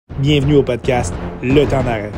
Bienvenue au podcast Le Temps d'arrêt.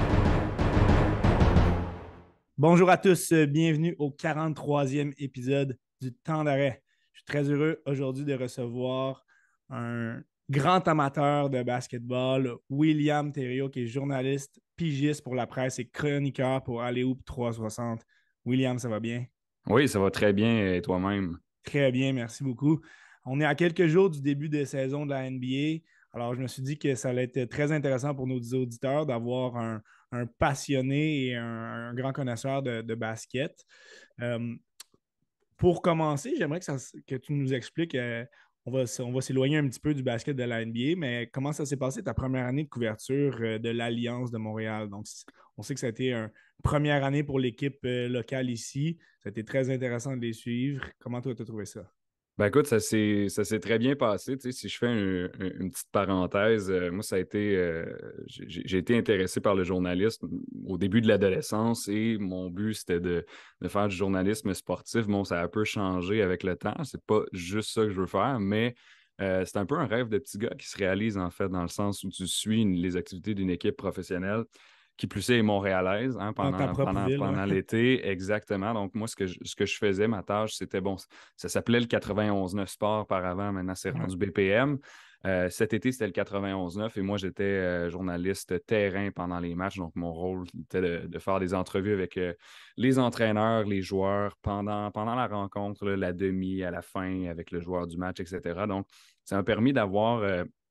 Bonjour à tous, bienvenue au 43e épisode du Temps d'arrêt. Je suis très heureux aujourd'hui de recevoir un grand amateur de basketball, William Thériault, qui est journaliste, pigiste pour la presse et chroniqueur pour Alley-Oop 360. William, ça va bien? Oui, ça va très bien et toi-même. Très bien, merci beaucoup. On est à quelques jours du début de saison de la NBA. Alors, je me suis dit que ça allait être très intéressant pour nos auditeurs d'avoir un passionné et un grand connaisseur de basket. Euh, pour commencer, j'aimerais que tu nous expliques, on va s'éloigner un petit peu du basket de la NBA, mais comment ça s'est passé ta première année de couverture de l'Alliance de Montréal? Donc, on sait que ça a été une première année pour l'équipe locale ici. Ça a été très intéressant de les suivre. Comment toi, tu as trouvé ça? Ben écoute, ça s'est très bien passé. Tu sais, si je fais une petite parenthèse, moi, ça a été. J'ai été intéressé par le journalisme au début de l'adolescence et mon but, c'était de faire du journalisme sportif. Bon, ça a un peu changé avec le temps. C'est pas juste ça que je veux faire, mais c'est un peu un rêve de petit gars qui se réalise, en fait, dans le sens où tu suis les activités d'une équipe professionnelle qui plus est montréalaise, hein, Dans ta propre ville, pendant ouais. l'été, exactement. Donc, moi, ce que je faisais, ma tâche, c'était bon, ça s'appelait le 91-9 Sport par avant, maintenant c'est Ouais. rendu BPM. Cet été, c'était le 91-9 et moi, j'étais journaliste terrain pendant les matchs. Donc, mon rôle était de faire des entrevues avec les entraîneurs, les joueurs pendant la rencontre, là, la demi, à la fin, avec le joueur du match, etc. Donc, ça m'a permis d'avoir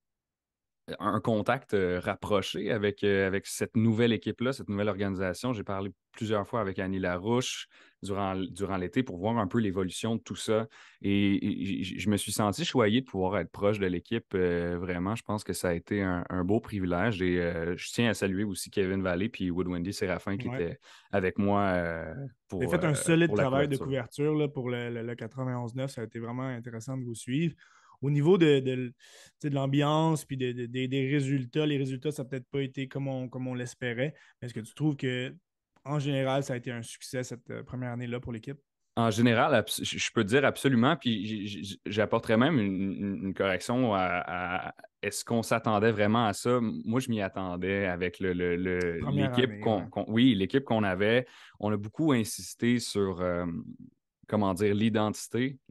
un contact rapproché avec cette nouvelle équipe-là, cette nouvelle organisation. J'ai parlé plusieurs fois avec Annie Larouche durant l'été pour voir un peu l'évolution de tout ça. Et je me suis senti choyé de pouvoir être proche de l'équipe. Vraiment, je pense que ça a été un beau privilège. Et je tiens à saluer aussi Kevin Vallée puis Wood-Wendy Séraphin qui Ouais. étaient avec moi Vous avez fait un solide pour la travail de couverture. couverture là, pour le 91-9. Ça a été vraiment intéressant de vous suivre. Au niveau tu sais, de l'ambiance puis des résultats, les résultats, ça n'a peut-être pas été comme on l'espérait. Mais est-ce que tu trouves que, en général, ça a été un succès cette première année-là pour l'équipe? En général, je peux dire absolument, puis j'apporterais même une correction est-ce qu'on s'attendait vraiment à ça? Moi, je m'y attendais avec Première l'équipe année, ouais. oui, l'équipe qu'on avait. On a beaucoup insisté sur, comment dire, l'identité,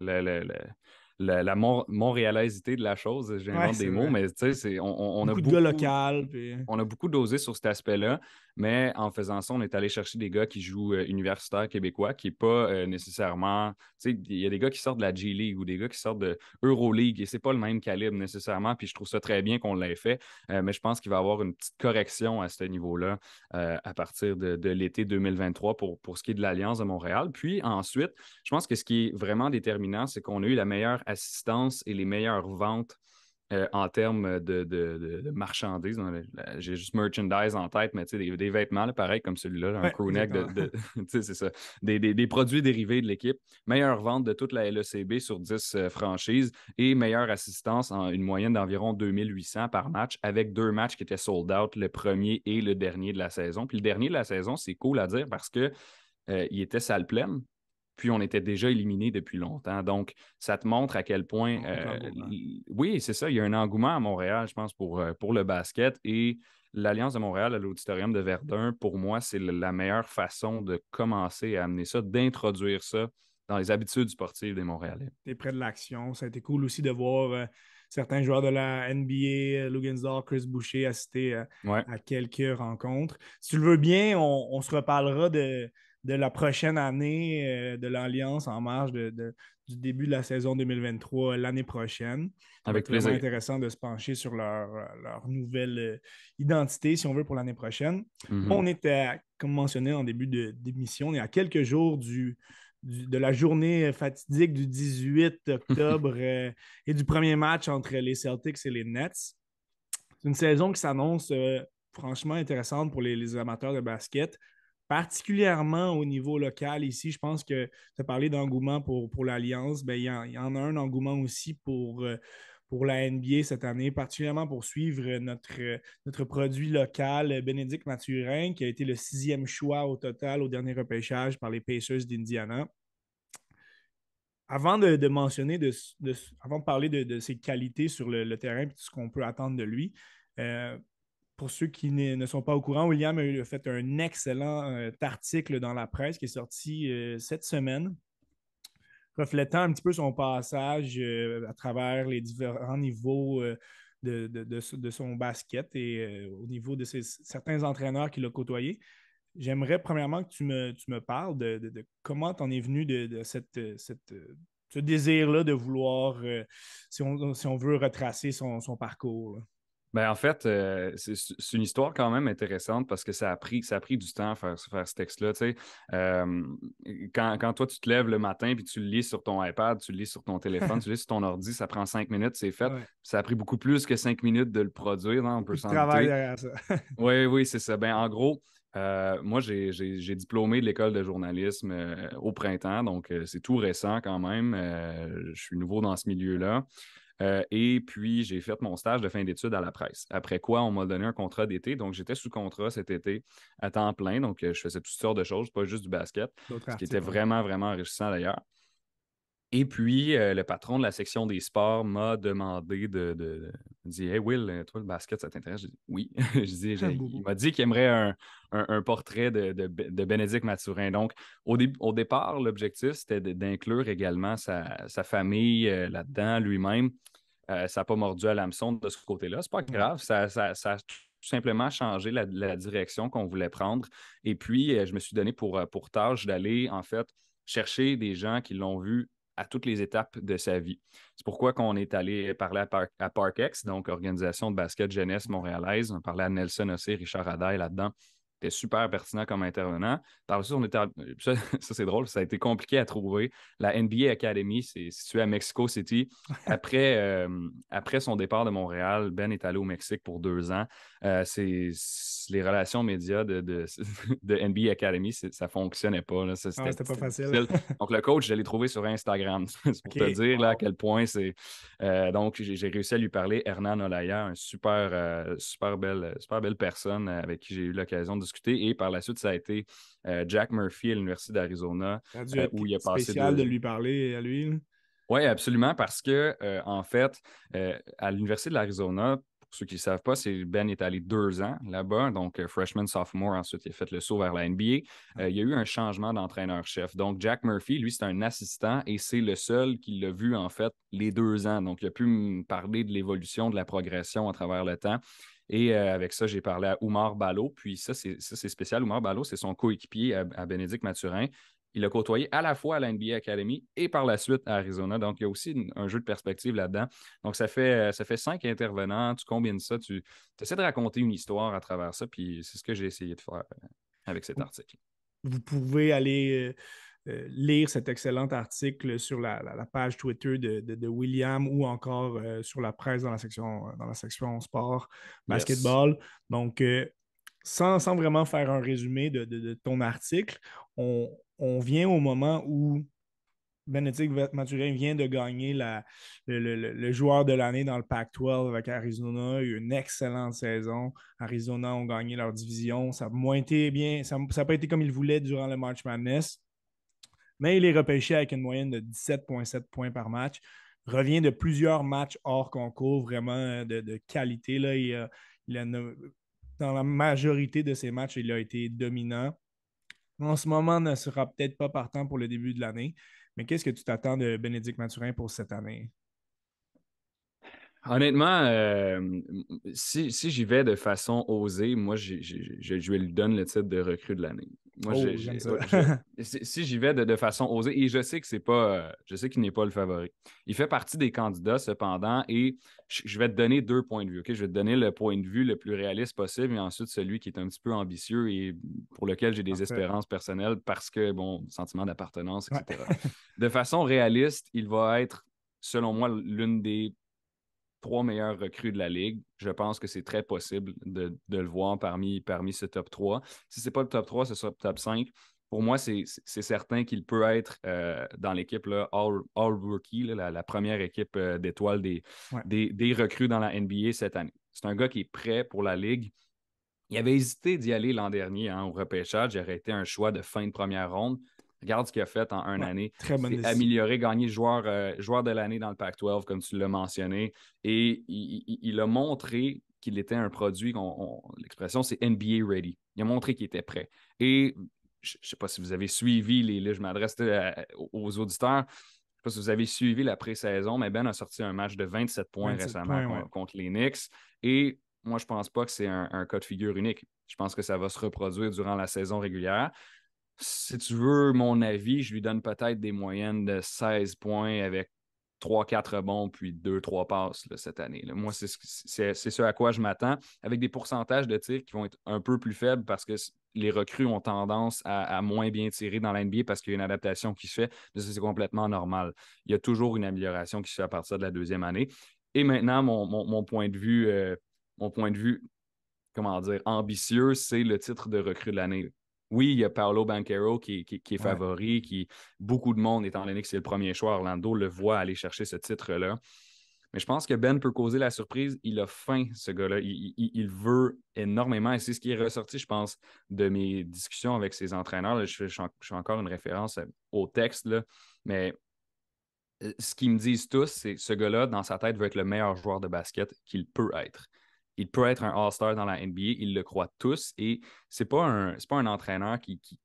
la montréalaisité de la chose. Ouais, J'invente c'est des mots, vrai. mais tu sais, on a Beaucoup de gars beaucoup locaux. Puis... on a beaucoup dosé sur cet aspect-là, mais en faisant ça, on est allé chercher des gars qui jouent universitaires québécois, qui n'est pas nécessairement. Tu sais, il y a des gars qui sortent de la G-League ou des gars qui sortent de Euroleague et c'est pas le même calibre nécessairement. Puis je trouve ça très bien qu'on l'ait fait, mais je pense qu'il va y avoir une petite correction à ce niveau-là à partir de l'été 2023 pour ce qui est de l'Alliance de Montréal. Puis ensuite, je pense que ce qui est vraiment déterminant, c'est qu'on a eu la meilleure assistance et les meilleures ventes en termes de marchandises. J'ai juste merchandise en tête, mais tu sais, des vêtements, là, pareil comme celui-là, là, un Ouais, crewneck exactement. tu sais, c'est ça. Des produits dérivés de l'équipe. Meilleure vente de toute la LECB sur 10 franchises et meilleure assistance en une moyenne d'environ 2800 par match avec deux matchs qui étaient sold out, le premier et le dernier de la saison. Puis le dernier de la saison, c'est cool à dire parce que il était salle pleine puis on était déjà éliminé depuis longtemps. Donc, ça te montre à quel point, On montre l'engouement. oui, c'est ça, il y a un engouement à Montréal, je pense, pour le basket. Et l'Alliance de Montréal à l'Auditorium de Verdun, pour moi, c'est la meilleure façon de commencer à amener ça, d'introduire ça dans les habitudes sportives des Montréalais. T'es près de l'action. Ça a été cool aussi de voir certains joueurs de la NBA, Luguentz Chris Boucher, assister Ouais, à quelques rencontres. Si tu le veux bien, on se reparlera de la prochaine année de l'Alliance en marge du début de la saison 2023 l'année prochaine. Ça va avec être vraiment plaisir. intéressant de se pencher sur leur nouvelle identité, si on veut, pour l'année prochaine. Là, Mhm. on était, comme mentionné en début d'émission, on est à quelques jours de la journée fatidique du 18 octobre et du premier match entre les Celtics et les Nets. C'est une saison qui s'annonce franchement intéressante pour les amateurs de basket, particulièrement au niveau local ici. Je pense que tu as parlé d'engouement pour l'Alliance. Ben, il y en a un engouement aussi pour la NBA cette année, particulièrement pour suivre notre produit local, Bénédicte Mathurin, qui a été le 6e choix au total au dernier repêchage par les Pacers d'Indiana. Avant de mentionner, avant de parler de ses qualités sur le terrain et de ce qu'on peut attendre de lui, euh, pour ceux qui ne sont pas au courant, William a fait un excellent article dans la presse qui est sorti cette semaine, reflétant un petit peu son passage à travers les différents niveaux de son basket et au niveau de certains entraîneurs qu'il a côtoyés. J'aimerais premièrement que tu me parles de comment tu en es venu de ce désir-là de vouloir, si on veut, retracer son parcours, là. Ben, en fait, c'est une histoire quand même intéressante parce que ça a pris du temps à faire ce texte-là. Tu sais. Euh, quand toi, tu te lèves le matin puis tu le lis sur ton iPad, tu le lis sur ton téléphone, tu le lis sur ton ordi, ça prend 5 minutes, c'est fait. Ouais. Ça a pris beaucoup plus que 5 minutes de le produire, hein, on peut Beaucoup de s'en travail douter. derrière ça. Oui, oui, c'est ça. Ben, en gros, moi, j'ai diplômé de l'école de journalisme au printemps, donc c'est tout récent quand même. Je suis nouveau dans ce milieu-là. Et puis, j'ai fait mon stage de fin d'études à la presse. Après quoi, on m'a donné un contrat d'été. Donc, j'étais sous contrat cet été à temps plein. Donc, je faisais toutes sortes de choses, pas juste du basket, D'autres ce qui était articles, ouais. vraiment, vraiment enrichissant d'ailleurs. Et puis, le patron de la section des sports m'a demandé il dit Hey Will, toi, le basket, ça t'intéresse? J'ai dit oui. Il Beaucoup. m'a dit qu'il aimerait un portrait de Bénédicte Mathurin. Donc, au départ, l'objectif, c'était d'inclure également sa famille là-dedans, lui-même. Ça n'a pas mordu à l'hameçon de ce côté-là. C'est pas Ouais. grave. Ça a tout simplement changé la direction qu'on voulait prendre. Et puis, je me suis donné pour tâche d'aller, en fait, chercher des gens qui l'ont vu à toutes les étapes de sa vie. C'est pourquoi qu'on est allé parler à ParkX, donc Organisation de basket jeunesse montréalaise. On parlait à Nelson Ossé, Richard Adaille là-dedans. C'était super pertinent comme intervenant. Par la suite, ça c'est drôle, ça a été compliqué à trouver. La NBA Academy, c'est situé à Mexico City. Après son départ de Montréal, Ben est allé au Mexique pour 2 ans. Les relations médias de NBA Academy, ça ne fonctionnait pas. Là. Ah, c'était pas C'était facile. difficile. Donc, le coach, je l'ai trouvé sur Instagram. C'est pour te OK. dire là, à Wow. quel point c'est. Donc, j'ai réussi à lui parler. Hernan Olaya, un super belle personne avec qui j'ai eu l'occasion de discuter. Et par la suite, ça a été Jack Murphy à l'Université d'Arizona, Ça a dû être où il a passé spécial de 2 ans. lui parler à lui, là. Oui, absolument, parce que, en fait, à l'Université de l'Arizona, pour ceux qui ne savent pas, Ben est allé 2 ans là-bas, donc freshman, sophomore, ensuite il a fait le saut vers la NBA. Il y a eu un changement d'entraîneur-chef. Donc, Jack Murphy, lui, c'est un assistant et c'est le seul qui l'a vu, en fait, les 2 ans. Donc, il a pu me parler de l'évolution, de la progression à travers le temps. Et avec ça, j'ai parlé à Oumar Balo. Puis ça, c'est spécial. Oumar Balo, c'est son coéquipier à Bénédicte Mathurin. Il a côtoyé à la fois à la NBA Academy et par la suite à Arizona. Donc, il y a aussi un jeu de perspective là-dedans. Donc, ça fait 5 intervenants. Tu combines ça, tu essaies de raconter une histoire à travers ça. Puis, c'est ce que j'ai essayé de faire avec cet article. Vous pouvez aller lire cet excellent article sur la page Twitter de William ou encore sur la presse dans la section sport, Yes. basketball. Donc, sans vraiment faire un résumé de ton article, on vient au moment où Bénédicte Mathurin vient de gagner le joueur de l'année dans le Pac-12 avec Arizona. Il y a eu une excellente saison. Arizona ont gagné leur division. Ça a moins été bien. Ça n'a pas été comme ils voulaient durant le March Madness. Mais il est repêché avec une moyenne de 17,7 points par match. Revient de plusieurs matchs hors concours, vraiment de qualité. Là. Dans la majorité de ses matchs, il a été dominant. En ce moment, ne sera peut-être pas partant pour le début de l'année. Mais qu'est-ce que tu t'attends de Bénédicte Mathurin pour cette année? Honnêtement, si j'y vais de façon osée, moi, je lui donne le titre de recrue de l'année. Moi, Oh, j'aime ça. si j'y vais de façon osée, et je sais que c'est pas, je sais qu'il n'est pas le favori. Il fait partie des candidats, cependant, et je vais te donner 2 points de vue. Ok? Je vais te donner le point de vue le plus réaliste possible, et ensuite celui qui est un petit peu ambitieux et pour lequel j'ai des Parfait. espérances personnelles parce que, bon, sentiment d'appartenance, Ouais. etc. De façon réaliste, il va être, selon moi, l'une des 3 meilleures recrues de la Ligue. Je pense que c'est très possible de le voir parmi ce top 3. Si ce n'est pas le top 3, ce sera le top 5. Pour moi, c'est certain qu'il peut être dans l'équipe All Rookie, là, la première équipe d'étoiles Ouais. des recrues dans la NBA cette année. C'est un gars qui est prêt pour la Ligue. Il avait hésité d'y aller l'an dernier au repêchage. Il aurait été un choix de fin de première ronde. Regarde ce qu'il a fait en une Ouais. année. Très bonne C'est décision. amélioré, gagné joueur de l'année dans le Pac-12, comme tu l'as mentionné. Et il a montré qu'il était un produit, l'expression c'est NBA ready. Il a montré qu'il était prêt. Et je ne sais pas si vous avez suivi, là, je m'adresse aux auditeurs, je ne sais pas si vous avez suivi la pré-saison, mais Ben a sorti un match de 27 points 27 récemment points, ouais. contre les Knicks. Et moi, je ne pense pas que c'est un cas de figure unique. Je pense que ça va se reproduire durant la saison régulière. Si tu veux mon avis, je lui donne peut-être des moyennes de 16 points avec 3-4 bons, puis 2-3 passes là, cette année. Là. Moi, c'est ce à quoi je m'attends, avec des pourcentages de tirs qui vont être un peu plus faibles parce que les recrues ont tendance à moins bien tirer dans l'NBA parce qu'il y a une adaptation qui se fait. C'est complètement normal. Il y a toujours une amélioration qui se fait à partir de la deuxième année. Et maintenant, mon point de vue, comment dire, ambitieux, c'est le titre de recrue de l'année. Oui, il y a Paolo Banchero qui est Ouais. favori, beaucoup de monde, étant donné que c'est le premier choix, Orlando le voit aller chercher ce titre-là. Mais je pense que Ben peut causer la surprise. Il a faim, ce gars-là. Il veut énormément. Et c'est ce qui est ressorti, je pense, de mes discussions avec ses entraîneurs. Là, je fais encore une référence au texte, là. Mais ce qu'ils me disent tous, c'est que ce gars-là, dans sa tête, veut être le meilleur joueur de basket qu'il peut être. Il peut être un All-Star dans la NBA, ils le croient tous. Et c'est pas un entraîneur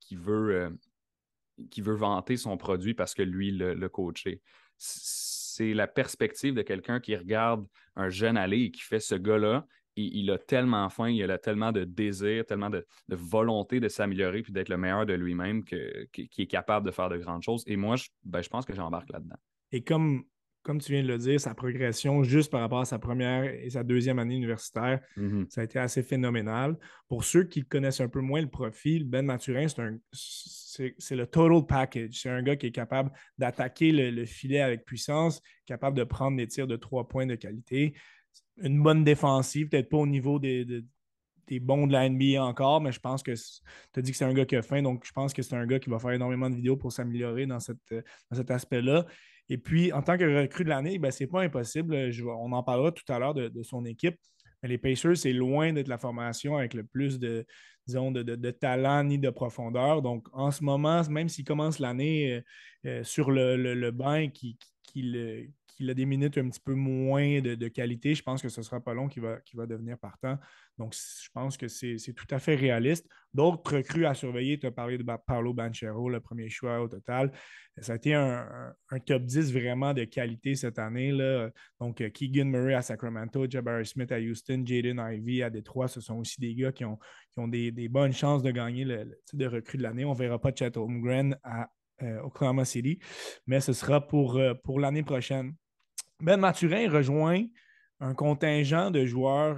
qui veut vanter son produit parce que lui le coaché. C'est la perspective de quelqu'un qui regarde un jeune aller et qui fait ce gars-là. Et il a tellement faim, il a tellement de désir, tellement de volonté de s'améliorer puis d'être le meilleur de lui-même qui est capable de faire de grandes choses. Et moi, je pense que j'embarque là-dedans. Et comme tu viens de le dire, sa progression juste par rapport à sa première et sa deuxième année universitaire, Mhm. ça a été assez phénoménal. Pour ceux qui connaissent un peu moins le profil, Ben Mathurin, c'est le total package. C'est un gars qui est capable d'attaquer le filet avec puissance, capable de prendre des tirs de 3 points de qualité, une bonne défensive, peut-être pas au niveau des bons de la NBA encore, mais je pense que tu as dit que c'est un gars qui a faim, donc je pense que c'est un gars qui va faire énormément de vidéos pour s'améliorer dans cet aspect-là. Et puis, en tant que recrue de l'année, ben, c'est pas impossible. On en parlera tout à l'heure de son équipe. Mais les Pacers, c'est loin d'être la formation avec le plus disons, de talent ni de profondeur. Donc, en ce moment, même s'il commence l'année sur le banc qu'il a des minutes un petit peu moins de qualité, je pense que ce ne sera pas long qu'il va devenir partant. Donc, je pense que c'est tout à fait réaliste. D'autres recrues à surveiller, tu as parlé de Paolo Banchero, le premier choix au total. Ça a été un top 10 vraiment de qualité cette année, là. Donc, Keegan Murray à Sacramento, Jabari Smith à Houston, Jaden Ivey à Détroit, ce sont aussi des gars qui ont des bonnes chances de gagner le titre de recrue de l'année. On ne verra pas Chet Holmgren à Oklahoma City, mais ce sera pour l'année prochaine. Ben Mathurin rejoint un contingent de joueurs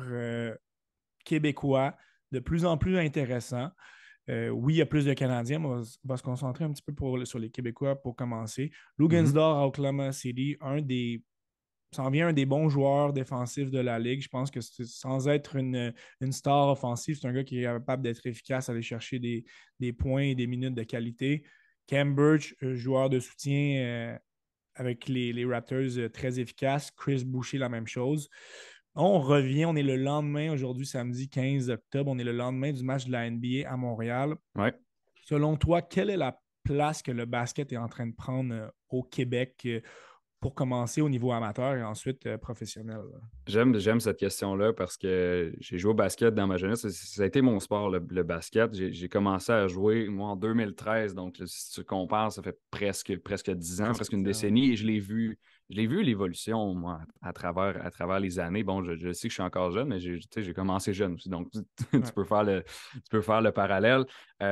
québécois de plus en plus intéressants. Oui, il y a plus de Canadiens, mais on va se concentrer un petit peu sur les Québécois pour commencer. Mhm. Lugansdor à Oklahoma City, s'en vient un des bons joueurs défensifs de la Ligue. Je pense que sans être une star offensive, c'est un gars qui est capable d'être efficace, aller chercher des points et des minutes de qualité. Cambridge, joueur de soutien avec les Raptors très efficaces. Chris Boucher, la même chose. On revient, on est le lendemain, aujourd'hui, samedi 15 octobre, on est le lendemain du match de la NBA à Montréal. Ouais. Selon toi, quelle est la place que le basket est en train de prendre au Québec pour commencer au niveau amateur et ensuite professionnel? J'aime cette question-là parce que j'ai joué au basket dans ma jeunesse. Ça a été mon sport, le basket. J'ai commencé à jouer, moi, en 2013. Donc, si tu compares, ça fait presque 10 ans, Presque presque une 10 ans, ouais. décennie. Et je l'ai vu l'évolution, moi, à travers les années. Bon, je sais que je suis encore jeune, mais tu sais, j'ai commencé jeune aussi. Donc, Ouais. tu peux faire le parallèle.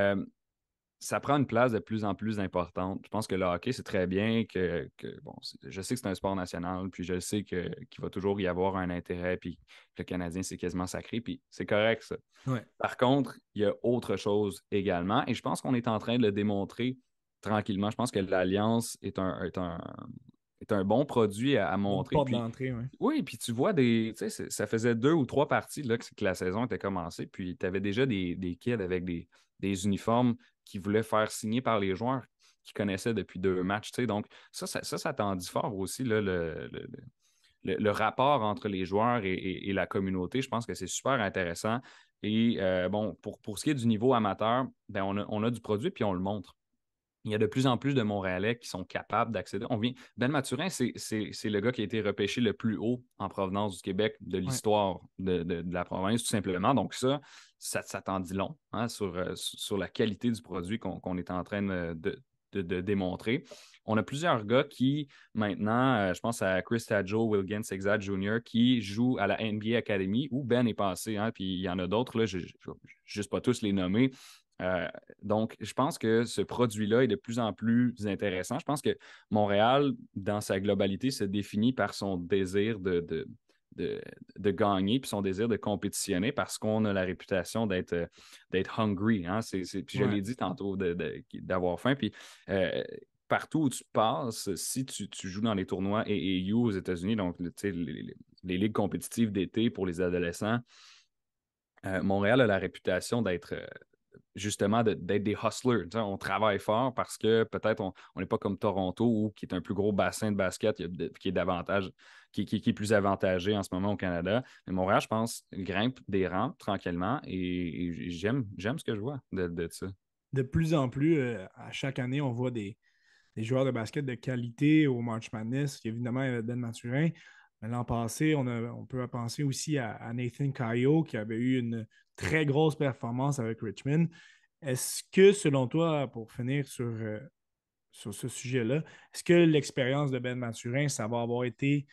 Ça prend une place de plus en plus importante. Je pense que le hockey, c'est très bien bon, je sais que c'est un sport national, puis je sais qu'il va toujours y avoir un intérêt, puis que le Canadien, c'est quasiment sacré, puis c'est correct, ça. Ouais. Par contre, il y a autre chose également, et je pense qu'on est en train de le démontrer tranquillement. Je pense que l'Alliance est un bon produit à Bonne montrer. porte Puis d'entrée, oui. oui, puis tu vois tu sais, ça faisait 2 ou 3 parties là, que la saison était commencée, puis tu avais déjà des kids avec des uniformes qui voulaient faire signer par les joueurs qui connaissaient depuis 2 matchs, tu sais. Donc, ça t'en dit fort aussi, là, le rapport entre les joueurs et la communauté. Je pense que c'est super intéressant. Et bon, pour ce qui est du niveau amateur, ben on a du produit, puis on le montre. il y a de plus en plus de Montréalais qui sont capables d'accéder. Ben Mathurin, c'est le gars qui a été repêché le plus haut en provenance du Québec de Ouais. l'histoire de la province, tout simplement. Donc ça t'en dit long, hein, sur la qualité du produit qu'on est en train de démontrer. On a plusieurs gars qui, maintenant, je pense à Chris Tadjo, Wilgen Sexad Jr., qui jouent à la NBA Academy, où Ben est passé, hein, puis il y en a d'autres, là, je ne vais juste pas tous les nommer. Euh, donc, je pense que ce produit-là est de plus en plus intéressant. Je pense que Montréal, dans sa globalité, se définit par son désir de, de gagner puis son désir de compétitionner parce qu'on a la réputation d'être hungry. Hein? Puis je Ouais. l'ai dit tantôt, d'avoir faim. Puis partout où tu passes, si tu joues dans les tournois AAU aux États-Unis, donc les ligues compétitives d'été pour les adolescents, Montréal a la réputation d'être justement d'être des hustlers. T'sais, on travaille fort parce que peut-être on n'est pas comme Toronto, où, qui est un plus gros bassin de basket qui est davantage, qui est plus avantagé en ce moment au Canada. Mais Montréal, je pense, grimpe des rangs tranquillement et j'aime ce que je vois de ça. De plus en plus, à chaque année, on voit des joueurs de basket de qualité au March Madness. Évidemment, il y avait Ben Mathurin. Mais l'an passé, on peut penser aussi à Nathan Caillot, qui avait eu une très grosse performance avec Richmond. Est-ce que, selon toi, pour finir sur ce sujet-là, est-ce que l'expérience de Ben Mathurin, ça va avoir été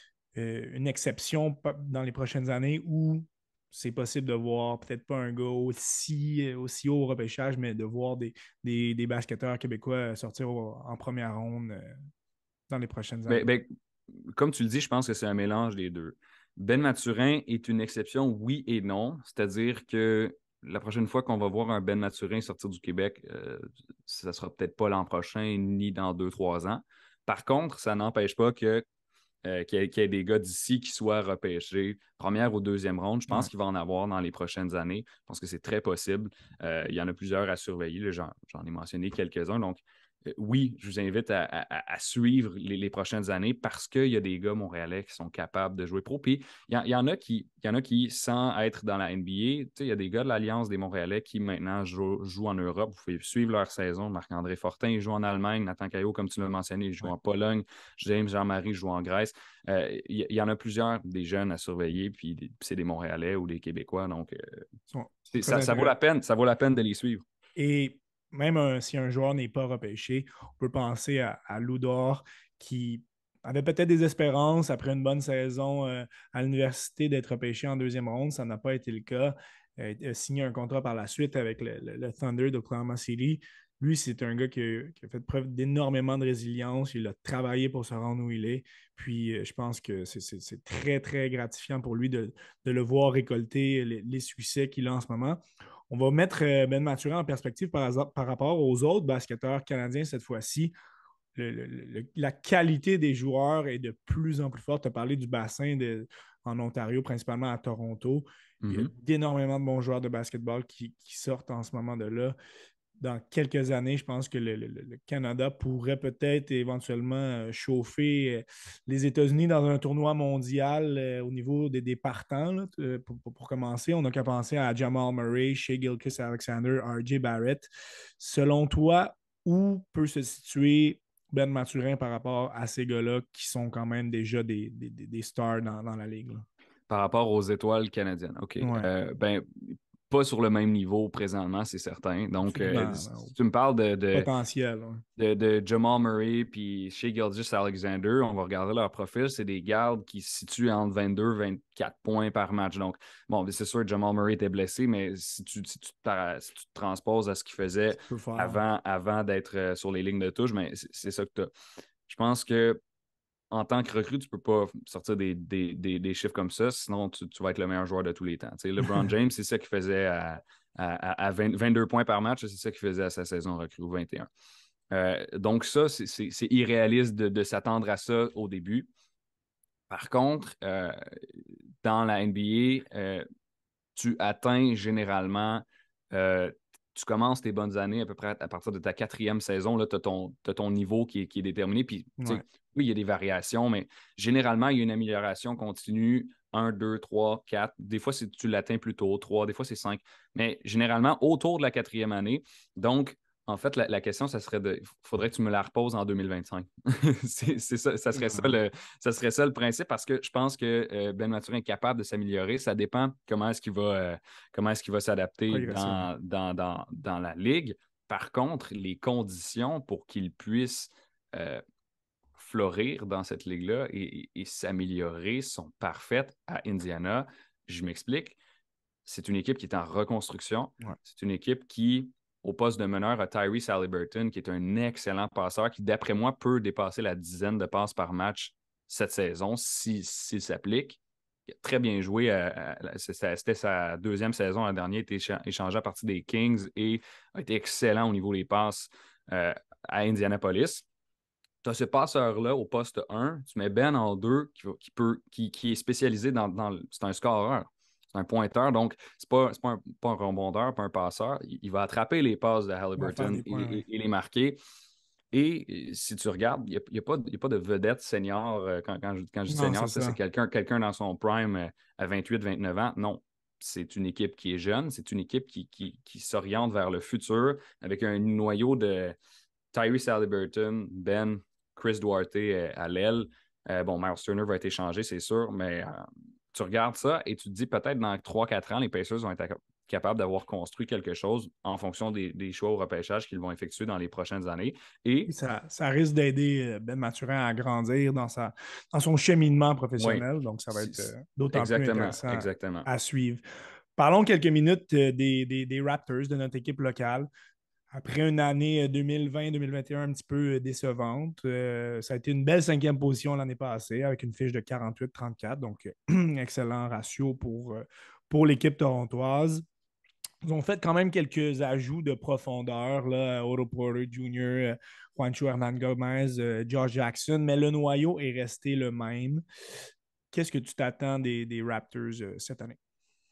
une exception dans les prochaines années où c'est possible de voir peut-être pas un gars aussi haut au repêchage, mais de voir des basketteurs québécois sortir en première ronde dans les prochaines Ben, années? ben, comme tu le dis, je pense que c'est un mélange des deux. Ben Mathurin est une exception, oui et non. C'est-à-dire que la prochaine fois qu'on va voir un Ben Mathurin sortir du Québec, ça ne sera peut-être pas l'an prochain ni dans 2, 3 ans. Par contre, ça n'empêche pas qu'il y ait des gars d'ici qui soient repêchés première ou deuxième ronde. Je pense Ouais. qu'il va en avoir dans les prochaines années. Je pense que c'est très possible. Il y en a plusieurs à surveiller. Là, j'en ai mentionné quelques-uns. Donc, oui, je vous invite à suivre les prochaines années parce qu'il y a des gars montréalais qui sont capables de jouer pro. Puis, il y en a qui, sans être dans la NBA, il y a des gars de l'Alliance des Montréalais qui maintenant jouent en Europe. Vous pouvez suivre leur saison. Marc-André Fortin, il joue en Allemagne. Nathan Caillot, comme tu l'as mentionné, il joue Ouais. en Pologne. James Jean-Marie joue en Grèce. Il y en a plusieurs des jeunes à surveiller, puis c'est des Montréalais ou des Québécois. Donc, Ils sont très ça vaut intéressants. la peine. Ça vaut la peine de les suivre. Et même si un joueur n'est pas repêché, on peut penser à Ludor qui avait peut-être des espérances après une bonne saison à l'université d'être repêché en deuxième ronde. Ça n'a pas été le cas. Il a signé un contrat par la suite avec le Thunder d'Oklahoma City. Lui, c'est un gars qui a fait preuve d'énormément de résilience. Il a travaillé pour se rendre où il est. Puis, je pense que c'est très, très gratifiant pour lui de le voir récolter les succès qu'il a en ce moment. On va mettre Ben Mathurin en perspective par rapport aux autres basketteurs canadiens cette fois-ci. La qualité des joueurs est de plus en plus forte. Tu as parlé du bassin en Ontario, principalement à Toronto. Il y a Mhm. d'énormément de bons joueurs de basketball qui sortent en ce moment de là. Dans quelques années, je pense que le Canada pourrait peut-être éventuellement chauffer les États-Unis dans un tournoi mondial au niveau des partants. Là, pour commencer, on n'a qu'à penser à Jamal Murray, Shea Gilgeous-Alexander, R.J. Barrett. Selon toi, où peut se situer Ben Mathurin par rapport à ces gars-là qui sont quand même déjà des stars dans la ligue? Là? Par rapport aux étoiles canadiennes. OK. Ouais, Ben, pas sur le même niveau présentement, c'est certain. Donc, absolument. si tu me parles Potentiel. Ouais. de Jamal Murray puis Shea Gilgeous-Alexander, on va regarder leur profil. C'est des gardes qui se situent entre 22 24 points par match. Donc, bon, c'est sûr que Jamal Murray était blessé, mais si tu te transposes à ce qu'il faisait Tu peux faire. avant d'être sur les lignes de touche, mais c'est ça que tu as. Je pense que en tant que recrue, tu ne peux pas sortir des chiffres comme ça, sinon tu vas être le meilleur joueur de tous les temps. Tu sais, LeBron James, c'est ça qu'il faisait à 22 points par match, c'est ça qu'il faisait à sa saison recrue, 21. Donc ça, c'est irréaliste de s'attendre à ça au début. Par contre, dans la NBA, tu atteins généralement, euh, tu commences tes bonnes années à peu près à partir de ta quatrième saison, tu as ton niveau qui est déterminé. Puis, tu Ouais. sais, oui, il y a des variations, mais généralement, il y a une amélioration continue. 1, 2, 3, 4. Des fois, tu l'atteins plus tôt, 3, des fois, c'est 5. Mais généralement, autour de la quatrième année. Donc, En fait, la question, ça serait il faudrait que tu me la reposes en 2025. C'est ça, ça serait ça le principe parce que je pense que Ben Mathurin est capable de s'améliorer. Ça dépend comment est-ce qu'il va s'adapter Progressivement. dans la ligue. Par contre, les conditions pour qu'il puisse euh, florir dans cette ligue-là et s'améliorer sont parfaites à Indiana. Je m'explique. C'est une équipe qui est en reconstruction. Ouais. C'est une équipe qui, au poste de meneur, a Tyrese Haliburton, qui est un excellent passeur, qui, d'après moi, peut dépasser la dizaine de passes par match cette saison s'il s'applique. Il a très bien joué. C'était sa deuxième saison l'an dernier. Il a été échangé à partir des Kings et a été excellent au niveau des passes à Indianapolis. Tu as ce passeur-là au poste 1, tu mets Ben en 2 qui est spécialisé c'est un scoreur. C'est un pointeur, donc c'est pas un rebondeur, pas un passeur. Il va attraper les passes de On va faire Haliburton des points, ouais. et les marquer. Et si tu regardes, il n'y a pas de vedette senior. Quand je dis Non, c'est senior, c'est ça. quelqu'un dans son prime à 28-29 ans. Non, c'est une équipe qui est jeune, c'est une équipe qui s'oriente vers le futur avec un noyau de Tyrese Haliburton, Ben, Chris Duarte à l'aile. Bon, Miles Turner va être échangé, c'est sûr, mais tu regardes ça et tu te dis peut-être dans 3-4 ans, les Pacers vont être capables d'avoir construit quelque chose en fonction des choix au repêchage qu'ils vont effectuer dans les prochaines années. Et Et ça risque d'aider Ben Mathurin à grandir dans son cheminement oui, professionnel. Donc, ça va être d'autant plus exactement, intéressant exactement. à suivre. Parlons quelques minutes des Raptors, de notre équipe locale. Après une année 2020-2021 un petit peu décevante, ça a été une belle cinquième position l'année passée avec une fiche de 48-34. Donc, excellent ratio pour l'équipe torontoise. Ils ont fait quand même quelques ajouts de profondeur, là, Otto Porter Jr., Juancho Hernan Gomez, George Jackson, mais le noyau est resté le même. Qu'est-ce que tu t'attends des Raptors cette année?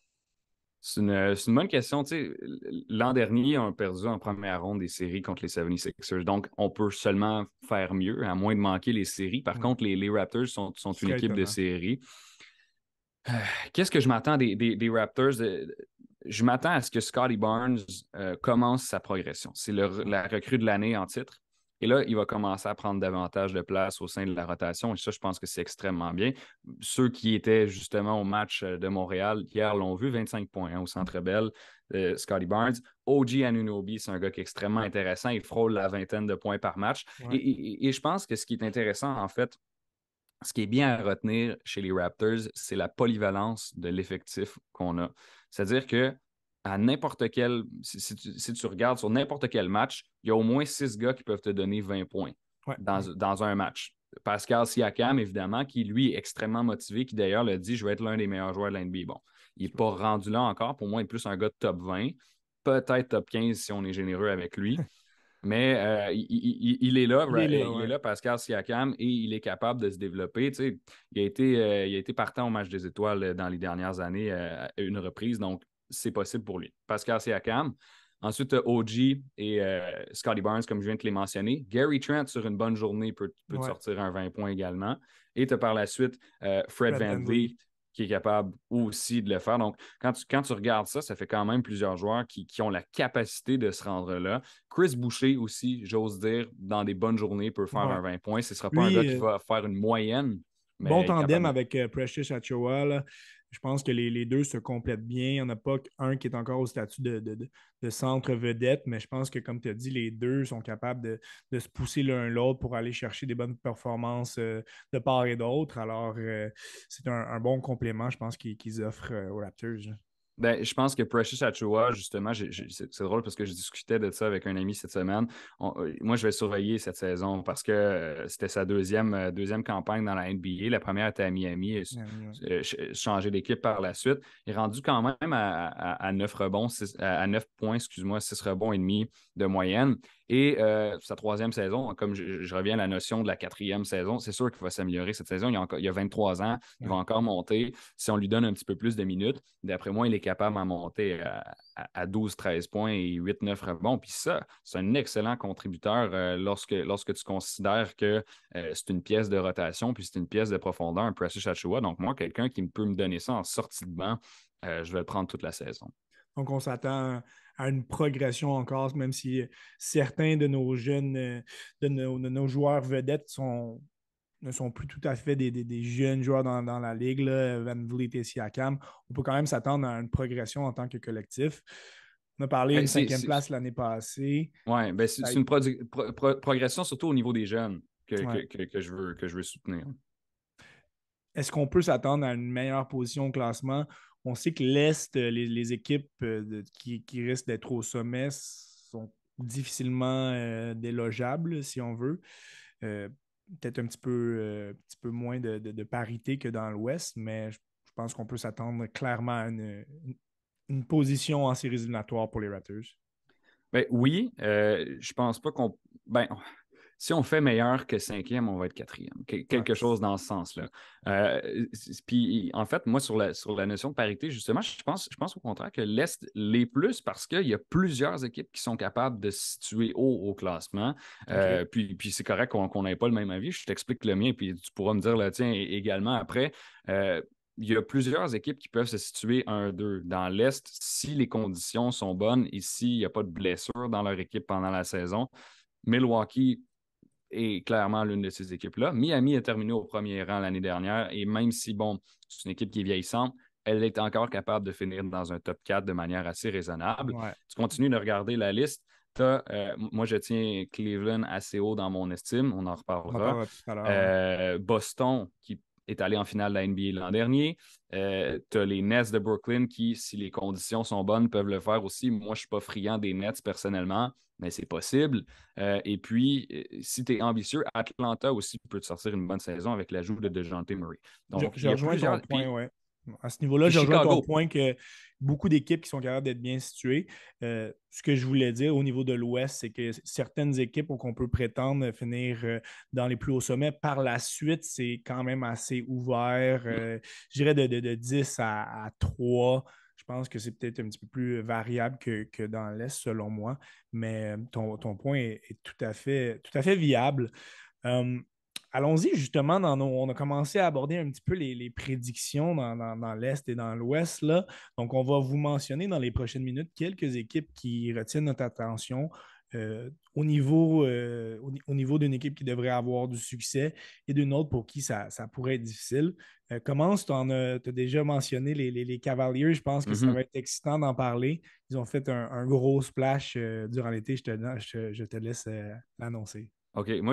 C'est une bonne question. Tu sais, l'an dernier, on a perdu en première ronde des séries contre les 76ers. Donc, on peut seulement faire mieux, à moins de manquer les séries. Par Ouais, contre, les Raptors sont ce une serait équipe de étonnant. séries. Qu'est-ce que je m'attends des Raptors? Je m'attends à ce que Scotty Barnes commence sa progression. C'est Ouais. la recrue de l'année en titre. Et là, il va commencer à prendre davantage de place au sein de la rotation. Et ça, je pense que c'est extrêmement bien. Ceux qui étaient justement au match de Montréal hier l'ont vu, 25 points au Centre Bell, Scotty Barnes. OG Anunoby, c'est un gars qui est extrêmement intéressant. Il frôle la vingtaine de points par match. Ouais. Et je pense que ce qui est intéressant, en fait, ce qui est bien à retenir chez les Raptors, c'est la polyvalence de l'effectif qu'on a. C'est-à-dire que à n'importe quel, si tu regardes sur n'importe quel match, il y a au moins 6 gars qui peuvent te donner 20 points Ouais. dans un match. Pascal Siakam, évidemment, qui lui est extrêmement motivé, qui d'ailleurs le dit, je vais être l'un des meilleurs joueurs de l'NBA. Bon, il n'est pas rendu là encore. Pour moi, il est plus un gars de top 20, peut-être top 15 si on est généreux avec lui. Mais il est là, Il est là, il est ouais. là, Pascal Siakam, et il est capable de se développer. Tu sais, il a été partant au match des étoiles dans les dernières années à une reprise, donc c'est possible pour lui. Pascal Siakam. Ensuite, OG et Scotty Barnes, comme je viens de te les mentionner. Gary Trent, sur une bonne journée, peut te Ouais. sortir un 20 points également. Et tu as par la suite Fred Fred VanVleet, VanVleet. qui est capable aussi de le faire. Donc, quand tu regardes ça, ça fait quand même plusieurs joueurs qui ont la capacité de se rendre là. Chris Boucher aussi, j'ose dire, dans des bonnes journées, peut faire Ouais. un 20 points. Ce ne sera pas un Lui, gars qui va faire une moyenne, bon mais il est tandem capable de. avec Precious Achiuwa, là. Je pense que les deux se complètent bien. Il n'y en a pas un qui est encore au statut de centre vedette, mais je pense que, comme tu as dit, les deux sont capables de se pousser l'un l'autre pour aller chercher des bonnes performances de part et d'autre. Alors, c'est un bon complément, je pense, qu'ils offrent aux Raptors. Ben, je pense que Precious Achiuwa, justement, c'est drôle parce que je discutais de ça avec un ami cette semaine. Moi, je vais surveiller cette saison parce que c'était sa deuxième campagne dans la NBA. La première était à Miami, Ouais, ouais. changé d'équipe par la suite. Il est rendu quand même à 9 rebonds, à 9 points, excuse-moi, 6 rebonds et demi de moyenne. Et sa troisième saison, comme je reviens à la notion de la quatrième saison, c'est sûr qu'il va s'améliorer cette saison. Il a 23 ans, il va Ouais. encore monter. Si on lui donne un petit peu plus de minutes, d'après moi, il est capable d'en monter à 12-13 points et 8-9 rebonds. Puis ça, c'est un excellent contributeur lorsque tu considères que c'est une pièce de rotation puis c'est une pièce de profondeur, un Precious Achiuwa. Donc moi, quelqu'un qui peut me donner ça en sortie de banc je vais le prendre toute la saison. Donc, on s'attend à une progression encore, même si certains de nos jeunes, de nos joueurs vedettes ne sont plus tout à fait des jeunes joueurs dans la ligue, là, Van Vliet et Siakam. On peut quand même s'attendre à une progression en tant que collectif. On a parlé Ben, d'une cinquième place l'année passée. ouais, ben, c'est une progression surtout au niveau des jeunes Ouais. que je veux soutenir. Est-ce qu'on peut s'attendre à une meilleure position au classement? On sait que l'Est, les équipes qui risquent d'être au sommet sont difficilement délogeables, si on veut. Euh, Peut-être petit peu moins de parité que dans l'Ouest, mais je pense qu'on peut s'attendre clairement à une position en séries éliminatoires pour les Raptors. Ben, oui, je pense pas qu'on. Ben, si on fait meilleur que cinquième, on va être quatrième. Ouais. Quelque chose dans ce sens-là. Puis, en fait, moi, sur la notion de parité, justement, je pense au contraire que l'Est l'est plus parce qu'il y a plusieurs équipes qui sont capables de se situer haut au classement. OK. Puis c'est correct qu'on n'ait pas le même avis. Je t'explique le mien, puis tu pourras me dire le tien également après. Euh, il y a plusieurs équipes qui peuvent se situer 1-2 dans l'Est si les conditions sont bonnes et s'il n'y a pas de blessure dans leur équipe pendant la saison. Milwaukee est clairement l'une de ces équipes-là. Miami a terminé au premier rang l'année dernière et même si, bon, c'est une équipe qui est vieillissante, elle est encore capable de finir dans un top 4 de manière assez raisonnable. Ouais. Tu continues de regarder la liste. Moi, je tiens Cleveland assez haut dans mon estime. On en On en reparlera. parlera tout à l'heure. Ouais. Boston, qui est allé en finale de la NBA l'an dernier. Tu as les Nets de Brooklyn qui, si les conditions sont bonnes, peuvent le faire aussi. Moi, je ne suis pas friand des Nets personnellement, mais c'est possible. Et puis, si tu es ambitieux, Atlanta aussi peut te sortir une bonne saison avec l'ajout de DeJounte Murray. Donc, il Je y a rejoins ton plusieurs. point, ouais. À ce niveau-là, Puis je rejoins ton Chicago. point que beaucoup d'équipes qui sont capables d'être bien situées. Ce que je voulais dire au niveau de l'Ouest, c'est que certaines équipes qu'on peut prétendre finir dans les plus hauts sommets, par la suite, c'est quand même assez ouvert. Je dirais de 10 à 3. Je pense que c'est peut-être un petit peu plus variable que dans l'Est, selon moi. Mais ton point est tout à fait viable. Euh, Allons-y justement on a commencé à aborder un petit peu les prédictions dans l'Est et dans l'Ouest, là. Donc, on va vous mentionner dans les prochaines minutes quelques équipes qui retiennent notre attention au niveau d'une équipe qui devrait avoir du succès et d'une autre pour qui ça pourrait être difficile. Commence, tu as déjà mentionné les Cavaliers. Je pense que ça va Mhm. être excitant d'en parler. Ils ont fait un gros splash durant l'été. Je te laisse l'annoncer. OK, moi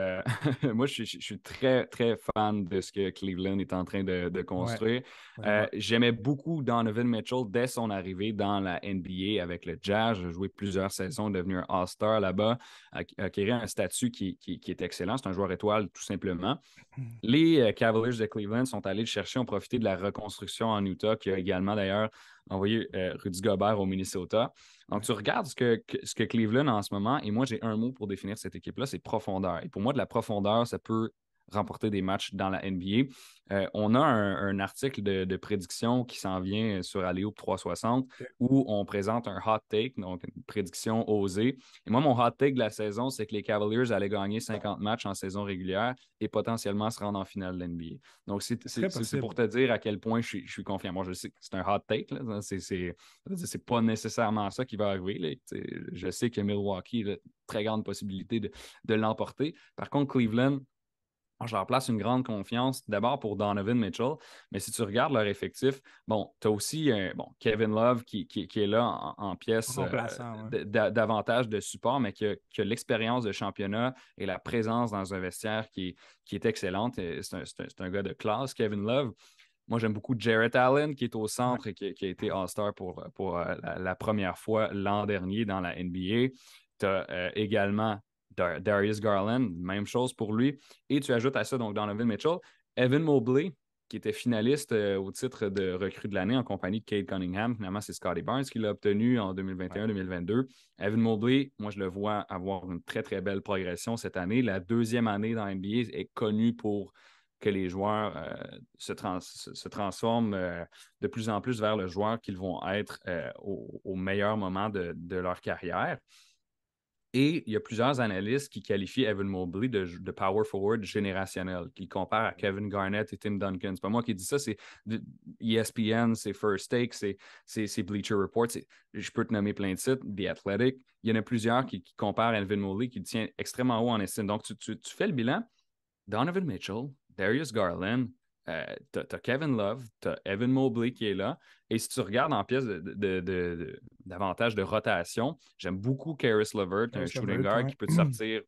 moi je suis très, très fan de ce que Cleveland est en train de Ouais, construire. vraiment. J'aimais beaucoup Donovan Mitchell dès son arrivée dans la NBA avec le Jazz. J'ai joué plusieurs saisons, devenu un All-Star là-bas, acquérir un statut qui est excellent. C'est un joueur étoile, tout simplement. Les Cavaliers de Cleveland sont allés le chercher, ont profité de la reconstruction en Utah, qui a également d'ailleurs envoyé Rudy Gobert au Minnesota. Donc, Ouais. tu regardes ce que Cleveland a en ce moment, et moi, j'ai un mot pour définir cette équipe-là, c'est profondeur. Et pour moi, de la profondeur, ça peut remporter des matchs dans la NBA. On a un article de prédiction qui s'en vient sur Aléoup 360 OK. où on présente un hot take, donc une prédiction osée. Et moi, mon hot take de la saison, c'est que les Cavaliers allaient gagner 50 matchs en saison régulière et potentiellement se rendre en finale de l'NBA. Donc, C'est très c'est pour possible. te dire à quel point je suis confiant. Moi, je sais que c'est un hot take. Là. C'est pas nécessairement ça qui va arriver. Là. Je sais que Milwaukee a très grande possibilité de l'emporter. Par contre, Cleveland, je leur place une grande confiance, d'abord pour Donovan Mitchell, mais si tu regardes leur effectif, bon, tu as aussi Kevin Love qui est là en pièce Remplaçant, ouais. davantage de support, mais qui a l'expérience de championnat et la présence dans un vestiaire qui est excellente. C'est un gars de classe, Kevin Love. Moi, j'aime beaucoup Jarrett Allen, qui est au Ouais. centre et qui a été All-Star pour la première fois l'an dernier dans la NBA. Tu as également Darius Garland, même chose pour lui. Et tu ajoutes à ça donc Donovan Mitchell, Evan Mobley, qui était finaliste au titre de recrue de l'année en compagnie de Cade Cunningham. Finalement, c'est Scottie Barnes qui l'a obtenu en Ouais. 2021-2022. Evan Mobley, moi, je le vois avoir une très, très belle progression cette année. La deuxième année dans la NBA est connue pour que les joueurs se transforment de plus en plus vers le joueur qu'ils vont être au meilleur moment de leur carrière. Et il y a plusieurs analystes qui qualifient Evan Mobley de power forward générationnel, qui le comparent à Kevin Garnett et Tim Duncan. C'est pas moi qui dis ça, c'est ESPN, c'est First Take, c'est Bleacher Report. Je peux te nommer plein de sites, The Athletic. Il y en a plusieurs qui comparent Evan Mobley, qui le tient extrêmement haut en estime. Donc, tu fais le bilan. Donovan Mitchell, Darius Garland, t'as Kevin Love, t'as Evan Mobley qui est là. Et si tu regardes en pièce d'avantage de rotation, j'aime beaucoup Caris LeVert, un Caris shooting LeVert, guard ouais. qui peut te sortir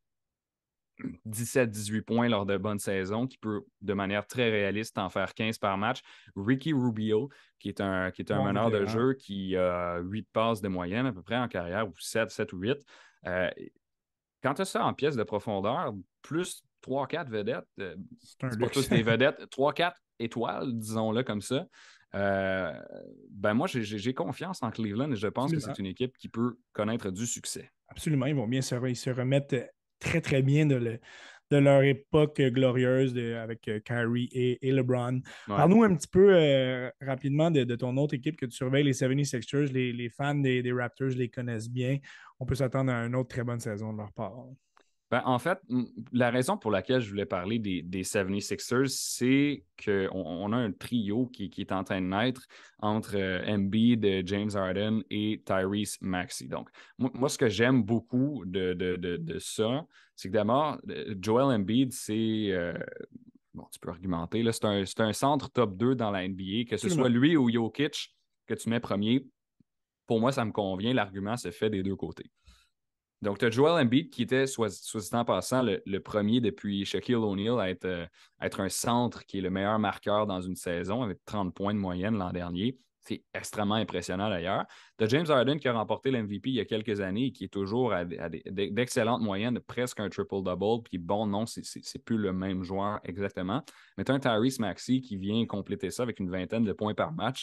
17-18 points lors de bonnes saisons, qui peut, de manière très réaliste, en faire 15 par match. Ricky Rubio, qui est un Bon meneur de vétéran. jeu qui a 8 passes de moyenne à peu près en carrière, ou 7 ou 8. Euh, Quand tu as ça en pièces de profondeur, plus 3-4 vedettes, C'est un c'est pas luxe. tous des vedettes, 3-4 étoiles, disons-le comme ça. Euh, ben moi, j'ai confiance en Cleveland et je pense que c'est Absolument. une équipe qui peut connaître du succès. Absolument. Ils vont bien ils se remettent très, très bien de leur époque glorieuse avec Kyrie et LeBron. Ouais. Parle-nous un petit peu rapidement de ton autre équipe que tu surveilles, les 76ers. Les fans des Raptors les connaissent bien. On peut s'attendre à une autre très bonne saison de leur part. Ben, en fait, la raison pour laquelle je voulais parler des 76ers, c'est qu'on on a un trio qui est en train de naître entre Embiid, James Harden et Tyrese Maxey. Donc, moi ce que j'aime beaucoup de ça, c'est que d'abord, Joel Embiid, bon, tu peux argumenter, là, c'est un centre top 2 dans la NBA, que ce soit Absolument. lui ou Jokic que tu mets premier. Pour moi, ça me convient. L'argument se fait des deux côtés. Donc, tu as Joel Embiid qui était, soit dit en passant, le premier depuis Shaquille O'Neal à être un centre qui est le meilleur marqueur dans une saison avec 30 points de moyenne l'an dernier. C'est extrêmement impressionnant d'ailleurs. Tu as James Harden qui a remporté l'MVP il y a quelques années et qui est toujours à d'excellentes moyennes, presque un triple-double. Puis bon, non, c'est plus le même joueur exactement. Mais tu as un Tyrese Maxey qui vient compléter ça avec une vingtaine de points par match.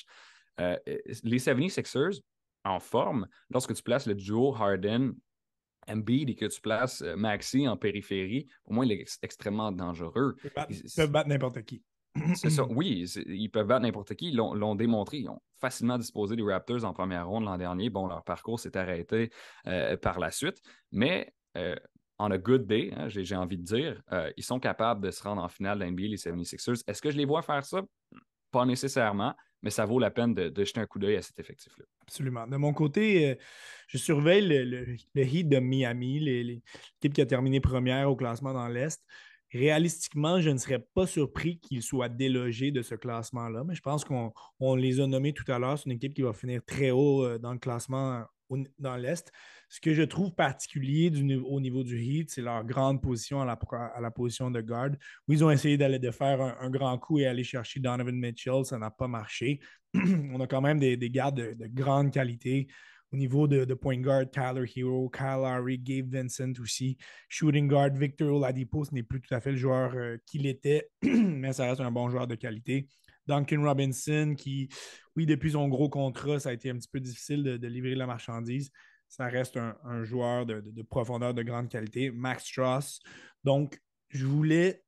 Les 76ers, en forme, lorsque tu places le duo Harden Embiid et que tu places Maxi en périphérie, pour moi, il est extrêmement dangereux. Ils peuvent battre n'importe qui. C'est ça. Oui, ils peuvent battre n'importe qui. Ils l'ont démontré. Ils ont facilement disposé des Raptors en première ronde l'an dernier. Bon, leur parcours s'est arrêté par la suite. Mais on a good day, hein, j'ai envie de dire, ils sont capables de se rendre en finale de l'NBA, les 76ers. Est-ce que je les vois faire ça? Pas nécessairement, mais ça vaut la peine de jeter un coup d'œil à cet effectif-là. Absolument. De mon côté, je surveille le Heat de Miami, l'équipe qui a terminé première au classement dans l'Est. Réalistiquement, je ne serais pas surpris qu'ils soient délogés de ce classement-là, mais je pense qu'on les a nommés tout à l'heure. C'est une équipe qui va finir très haut dans le classement dans l'Est. Ce que je trouve particulier au niveau du Heat, c'est leur grande position à la position de guard, où ils ont essayé de faire un grand coup et aller chercher Donovan Mitchell. Ça n'a pas marché. On a quand même des gardes de grande qualité. Au niveau de point guard, Tyler Hero, Kyle Lowry, Gabe Vincent aussi. Shooting guard, Victor Oladipo, ce n'est plus tout à fait le joueur qu'il était, mais ça reste un bon joueur de qualité. Duncan Robinson, qui, oui, depuis son gros contrat, ça a été un petit peu difficile de livrer la marchandise. Ça reste un joueur de profondeur de grande qualité. Max Strauss. Donc, je voulais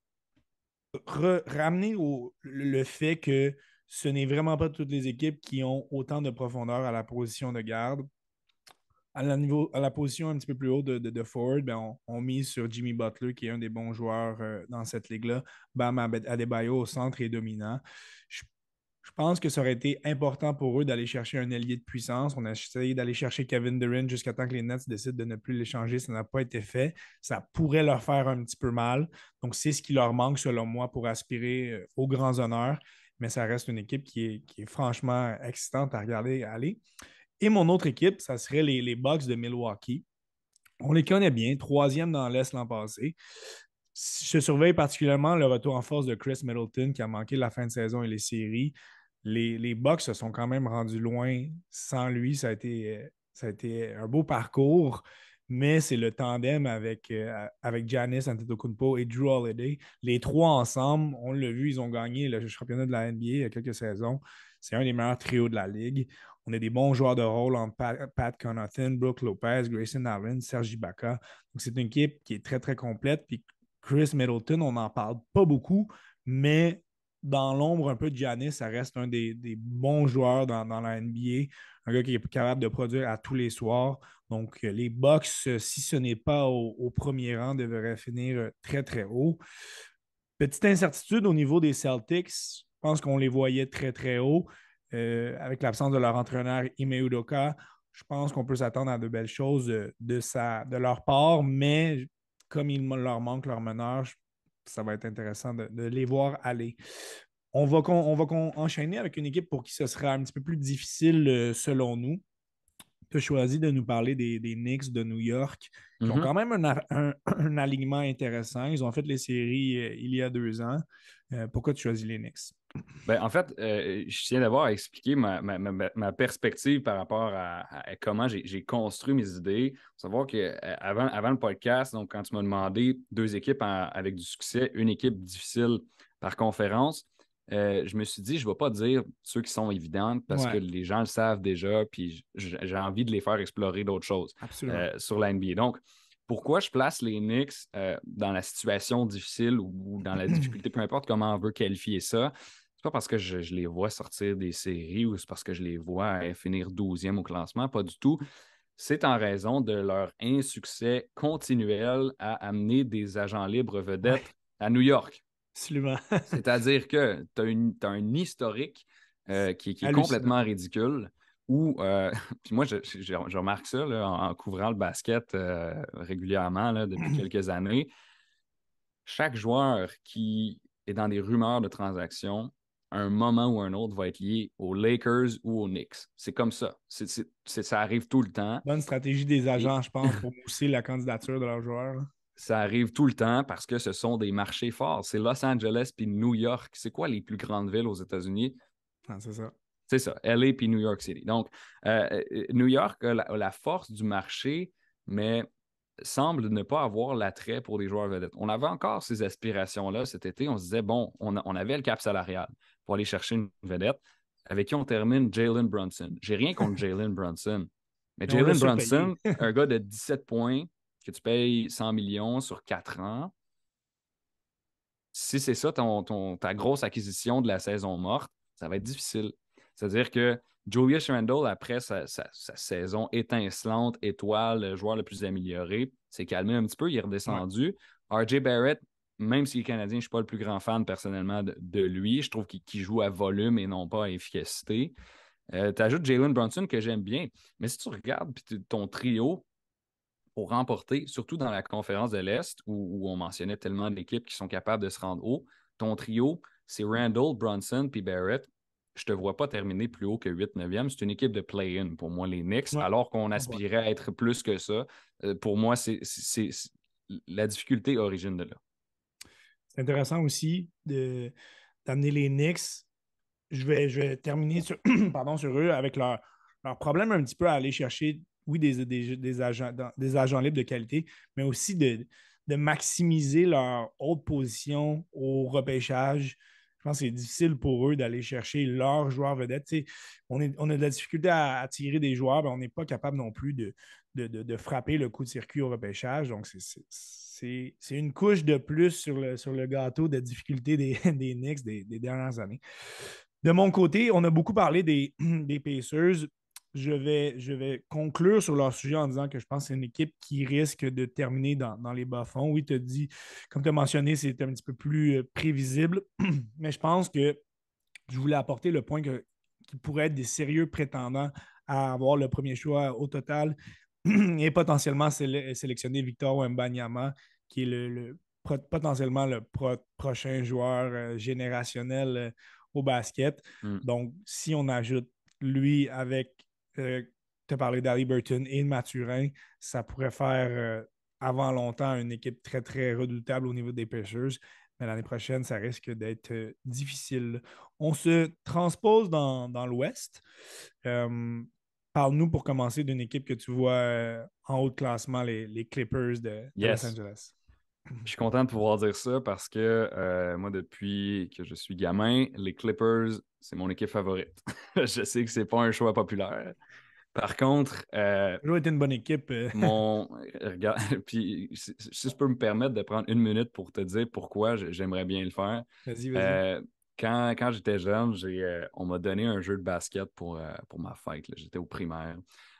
ramener le fait que ce n'est vraiment pas toutes les équipes qui ont autant de profondeur à la position de garde. À la position un petit peu plus haute de Ford, ben on mise sur Jimmy Butler, qui est un des bons joueurs dans cette ligue-là. Bam Adebayo au centre est dominant. Je, je pense que ça aurait été important pour eux d'aller chercher un allié de puissance. On a essayé d'aller chercher Kevin Durant jusqu'à temps que les Nets décident de ne plus l'échanger. Ça n'a pas été fait. Ça pourrait leur faire un petit peu mal. Donc, c'est ce qui leur manque, selon moi, pour aspirer aux grands honneurs. Mais ça reste une équipe qui est franchement excitante à regarder aller. Et mon autre équipe, ça serait les Bucks de Milwaukee. On les connaît bien, troisième dans l'Est l'an passé. Je surveille particulièrement le retour en force de Chris Middleton qui a manqué la fin de saison et les séries. Les Bucks se sont quand même rendus loin sans lui. Ça a été un beau parcours, mais c'est le tandem avec Giannis Antetokounmpo et Drew Holiday. Les trois ensemble, on l'a vu, ils ont gagné le championnat de la NBA il y a quelques saisons. C'est un des meilleurs trios de la ligue. On a des bons joueurs de rôle entre Pat Connaughton, Brook Lopez, Grayson Allen, Serge Ibaka. Donc, c'est une équipe qui est très, très complète. Puis Chris Middleton, on n'en parle pas beaucoup, mais dans l'ombre un peu de Giannis, ça reste un des bons joueurs dans la NBA. Un gars qui est capable de produire à tous les soirs. Donc, les Bucks, si ce n'est pas au premier rang, devraient finir très, très haut. Petite incertitude au niveau des Celtics. Je pense qu'on les voyait très, très haut. Avec l'absence de leur entraîneur Ime Udoka, je pense qu'on peut s'attendre à de belles choses de leur part, mais comme il leur manque leur meneur, ça va être intéressant de les voir aller. On va enchaîner avec une équipe pour qui ce sera un petit peu plus difficile selon nous. Tu as choisi de nous parler des Knicks de New York, qui ont Mhm. quand même un alignement intéressant. Ils ont fait les séries il y a 2 ans. Pourquoi tu choisis les Knicks? Ben, en fait, je tiens d'abord à expliquer ma perspective par rapport à comment j'ai construit mes idées. Il faut savoir qu'avant le podcast, donc quand tu m'as demandé deux équipes avec du succès, une équipe difficile par conférence, je me suis dit, je ne vais pas dire ceux qui sont évidentes parce que Ouais, les gens le savent déjà, puis j'ai envie de les faire explorer d'autres choses absolument. sur la NBA. Donc, pourquoi je place les Knicks dans la situation difficile ou dans la difficulté, peu importe comment on veut qualifier ça? C'est pas parce que je les vois sortir des séries ou c'est parce que je les vois finir 12e au classement, pas du tout. C'est en raison de leur insuccès continuel à amener des agents libres Ouais, vedettes à New York. absolument. C'est-à-dire que tu as un historique qui est Hallucinant. complètement ridicule. Où, puis moi, je remarque ça là, en couvrant le basket régulièrement là, depuis quelques années. Chaque joueur qui est dans des rumeurs de transactions, à un moment ou un autre, va être lié aux Lakers ou aux Knicks. C'est comme ça. Ça arrive tout le temps. Bonne stratégie des Et agents, je pense, pour mousser la candidature de leurs joueurs, là. ça arrive tout le temps parce que ce sont des marchés forts. C'est Los Angeles puis New York. C'est quoi les plus grandes villes aux États-Unis? Ah, c'est ça. C'est ça, LA puis New York City. Donc, New York a la force du marché, mais semble ne pas avoir l'attrait pour des joueurs vedettes. On avait encore ces aspirations-là cet été. On se disait, bon, on avait le cap salarial pour aller chercher une vedette avec qui on termine Jalen Brunson. J'ai rien contre Jalen Brunson, mais Mais on l'a Jalen surpayé. Brunson, un gars de 17 points que tu payes 100 millions sur 4 ans, si c'est ça ta grosse acquisition de la saison morte, ça va être difficile. C'est-à-dire que Julius Randle, après sa saison étincelante, étoile, le joueur le plus amélioré, s'est calmé un petit peu, il est Ouais. redescendu. R.J. Barrett, même s'il est canadien, je ne suis pas le plus grand fan personnellement de lui. Je trouve qu'il joue à volume et non pas à efficacité. Tu ajoutes Jalen Brunson que j'aime bien. Mais si tu regardes ton trio, pour remporter, surtout dans la conférence de l'Est, où on mentionnait tellement d'équipes qui sont capables de se rendre haut. Ton trio, c'est Randall, Brunson puis Barrett. Je ne te vois pas terminer plus haut que 8-9e. C'est une équipe de play-in pour moi, les Knicks, Ouais. alors qu'on Bon point. aspirait à être plus que ça. Pour moi, la difficulté origine de là. C'est intéressant aussi d'amener les Knicks. Je vais terminer sur, pardon, sur eux avec leur problème un petit peu à aller chercher, oui, des agents libres de qualité, mais aussi de maximiser leur haute position au repêchage. Je pense que c'est difficile pour eux d'aller chercher leurs joueurs vedettes. Tu sais, on a de la difficulté à attirer des joueurs, mais on n'est pas capable non plus de frapper le coup de circuit au repêchage. Donc, c'est une couche de plus sur le gâteau de difficulté des Knicks des dernières années. De mon côté, on a beaucoup parlé des Pacers. Je vais conclure sur leur sujet en disant que je pense que c'est une équipe qui risque de terminer dans les bas-fonds. Oui, tu as dit, comme tu as mentionné, c'est un petit peu plus prévisible, mais je pense que je voulais apporter le point qu'ils pourraient être des sérieux prétendants à avoir le premier choix au total et potentiellement sélectionner Victor Wembanyama, qui est potentiellement le prochain joueur générationnel au basket. Mm. Donc, si on ajoute lui avec, tu as parlé d'Ali Burton et de Mathurin, ça pourrait faire avant longtemps une équipe très, très redoutable au niveau des Pacers. Mais l'année prochaine, ça risque d'être difficile. On se transpose dans l'Ouest. Euh, Parle-nous pour commencer d'une équipe que tu vois en haut de classement, les Clippers de Los Yes. Angeles. Je suis content de pouvoir dire ça parce que moi, depuis que je suis gamin, les Clippers, c'est mon équipe favorite. Je sais que c'est pas un choix populaire. Par contre, Ça a toujours été une bonne équipe. regarde, puis si je peux me permettre de prendre une minute pour te dire pourquoi j'aimerais bien le faire. Vas-y, vas-y. Euh, Quand j'étais jeune, on m'a donné un jeu de basket pour ma fête, là. J'étais au primaire.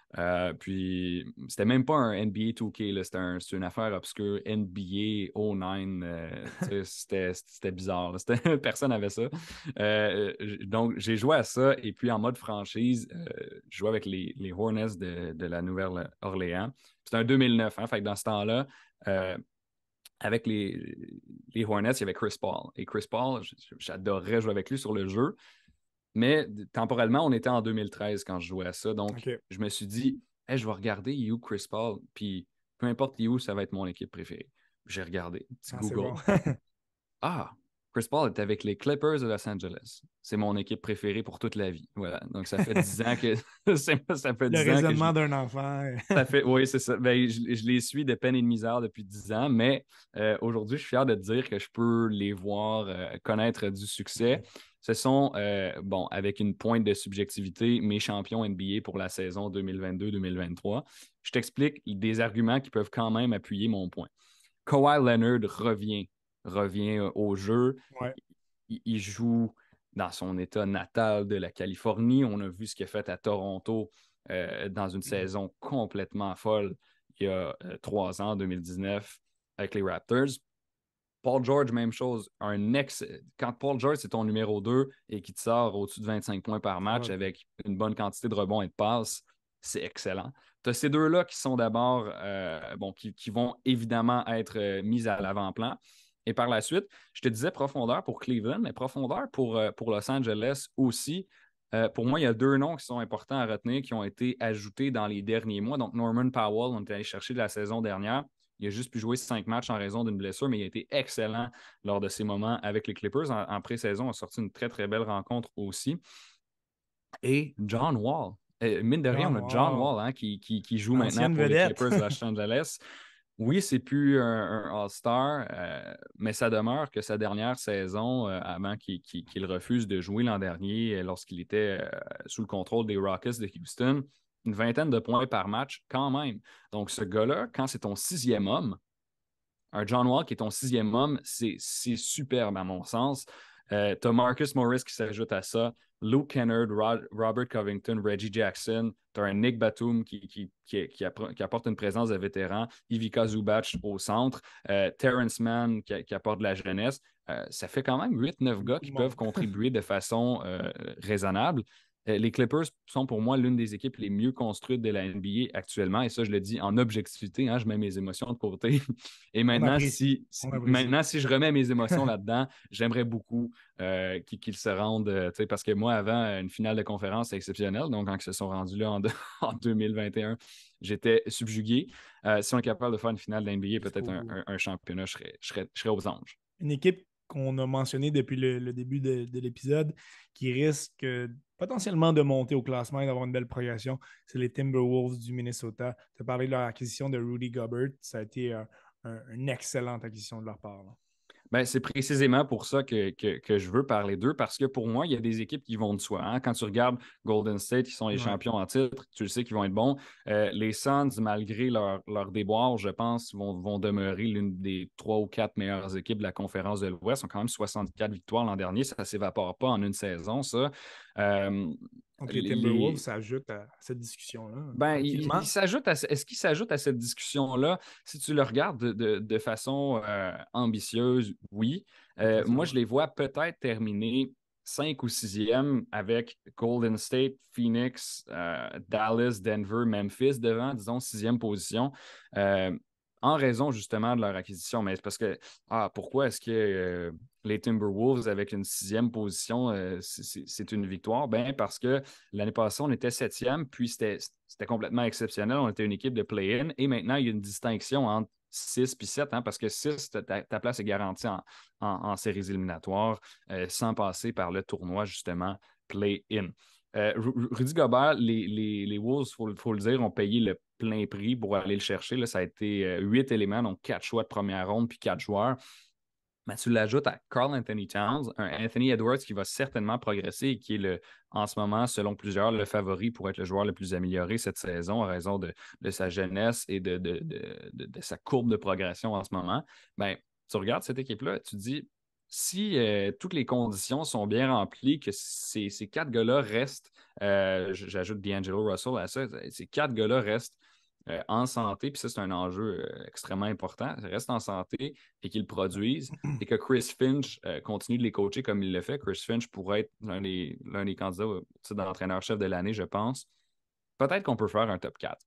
Puis, c'était même pas un NBA 2K, là. C'était une affaire obscure, NBA 09. Tu sais, c'était bizarre, là. Personne n'avait ça. Donc, j'ai joué à ça. Et puis, en mode franchise, je jouais avec les Hornets de la Nouvelle-Orléans. C'était un 2009, hein. Fait que dans ce temps-là, euh, avec les Hornets, il y avait Chris Paul. Et Chris Paul, j'adorais jouer avec lui sur le jeu. Mais temporellement, on était en 2013 quand je jouais à ça. Donc, OK. je me suis dit, hey, je vais regarder You Chris Paul. Puis, peu importe You, ça va être mon équipe préférée. J'ai regardé, petit Ah, c'est bon. Google. Ah, Chris Paul est avec les Clippers de Los Angeles. C'est mon équipe préférée pour toute la vie. Voilà. Donc, ça fait 10 ans que ça fait Le 10 ans que raisonnement d'un enfant. oui, c'est ça. Ben, je les suis de peine et de misère depuis 10 ans, mais aujourd'hui, je suis fier de te dire que je peux les voir connaître du succès. Ce sont, bon, avec une pointe de subjectivité, mes champions NBA pour la saison 2022-2023. Je t'explique des arguments qui peuvent quand même appuyer mon point. Kawhi Leonard revient au jeu. Ouais. Il joue dans son état natal de la Californie. On a vu ce qu'il a fait à Toronto dans une saison complètement folle il y a 3 ans, en 2019, avec les Raptors. Paul George, même chose. Quand Paul George, c'est ton numéro 2 et qu'il te sort au-dessus de 25 points par match avec une bonne quantité de rebonds et de passes, c'est excellent. Tu as ces deux-là qui sont d'abord, bon, qui vont évidemment être mis à l'avant-plan. Et par la suite, je te disais profondeur pour Cleveland, mais profondeur pour Los Angeles aussi. Pour moi, il y a deux noms qui sont importants à retenir qui ont été ajoutés dans les derniers mois. Donc, Norman Powell, on est allé chercher de la saison dernière. Il a juste pu jouer 5 matchs en raison d'une blessure, mais il a été excellent lors de ses moments avec les Clippers. En pré-saison, il a sorti une très, très belle rencontre aussi. Et John Wall. Mine de rien, John on a John Wall. Wall, hein, qui joue maintenant L'ancienne pour les vedette. Clippers de Los Angeles. Oui, c'est plus un All-Star, mais ça demeure que sa dernière saison, avant qu'il refuse de jouer l'an dernier, lorsqu'il était sous le contrôle des Rockets de Houston, une vingtaine de points par match quand même. Donc, ce gars-là, quand c'est ton 6e homme, un John Wall qui est ton 6e homme, c'est superbe à mon sens. Tu as Marcus Morris qui s'ajoute à ça, Luke Kennard, Robert Covington, Reggie Jackson. Tu as un Nick Batum qui apporte une présence de vétéran, Ivica Zubac au centre, Terrence Mann qui apporte de la jeunesse. Ça fait quand même 8-9 gars Beaucoup qui de peuvent monde. contribuer de façon raisonnable. Les Clippers sont pour moi l'une des équipes les mieux construites de la NBA actuellement. Et ça, je le dis en objectivité, hein, je mets mes émotions de côté. Et On maintenant, apprécie. On apprécie. si je remets mes émotions là-dedans, j'aimerais beaucoup qu'ils se rendent. Parce que moi, avant, une finale de conférence, c'est exceptionnel. Donc, quand ils se sont rendus là en 2021, j'étais subjugué. Si on est capable de faire une finale de NBA, peut-être Jusqu'au bout. un championnat, je serais aux anges. Une équipe qu'on a mentionnée depuis le début de l'épisode qui risque potentiellement de monter au classement et d'avoir une belle progression, c'est les Timberwolves du Minnesota. Tu as parlé de leur acquisition de Rudy Gobert. Ça a été une excellente acquisition de leur part, là. Ben, c'est précisément pour ça que je veux parler d'eux, parce que pour moi, il y a des équipes qui vont de soi, hein. Quand tu regardes Golden State, qui sont les Ouais. champions en titre, tu le sais qu'ils vont être bons. Les Suns, malgré leur déboire, je pense, vont demeurer l'une des 3 ou 4 meilleures équipes de la conférence de l'Ouest. Ils ont quand même 64 victoires l'an dernier. Ça ne s'évapore pas en une saison, ça. Euh, Donc les Timberwolves les, s'ajoutent à cette discussion-là, ben, tranquillement. est-ce qu'il s'ajoute à cette discussion-là? Si tu le regardes de façon ambitieuse, oui. Moi, je Effectivement. les vois peut-être terminer 5 ou 6e avec Golden State, Phoenix, Dallas, Denver, Memphis devant, disons, 6e position. Euh, En raison justement de leur acquisition. Mais c'est parce que, pourquoi est-ce que les Timberwolves, avec une 6e position, c'est une victoire? Ben, parce que l'année passée, on était 7e, puis c'était complètement exceptionnel. On était une équipe de play-in, et maintenant, il y a une distinction entre 6 et 7, hein, parce que 6, ta place est garantie en séries éliminatoires, sans passer par le tournoi, justement, play-in. Rudy Gobert, les Wolves, il faut le dire, ont payé le plein prix pour aller le chercher. Là, ça a été 8 éléments, donc 4 choix de première ronde, puis 4 joueurs. Mais tu l'ajoutes à Karl Anthony Towns, un Anthony Edwards qui va certainement progresser et qui est en ce moment, selon plusieurs, le favori pour être le joueur le plus amélioré cette saison à raison de sa jeunesse et de sa courbe de progression en ce moment. Ben, tu regardes cette équipe-là, tu te dis, si toutes les conditions sont bien remplies, que ces quatre gars-là restent, j'ajoute D'Angelo Russell à ça, ces quatre gars-là restent en santé, puis ça, c'est un enjeu extrêmement important, ils restent en santé et qu'ils produisent, et que Chris Finch continue de les coacher comme il le fait. Chris Finch pourrait être l'un des candidats au titre d'entraîneur-chef de l'année, je pense. Peut-être qu'on peut faire un top 4.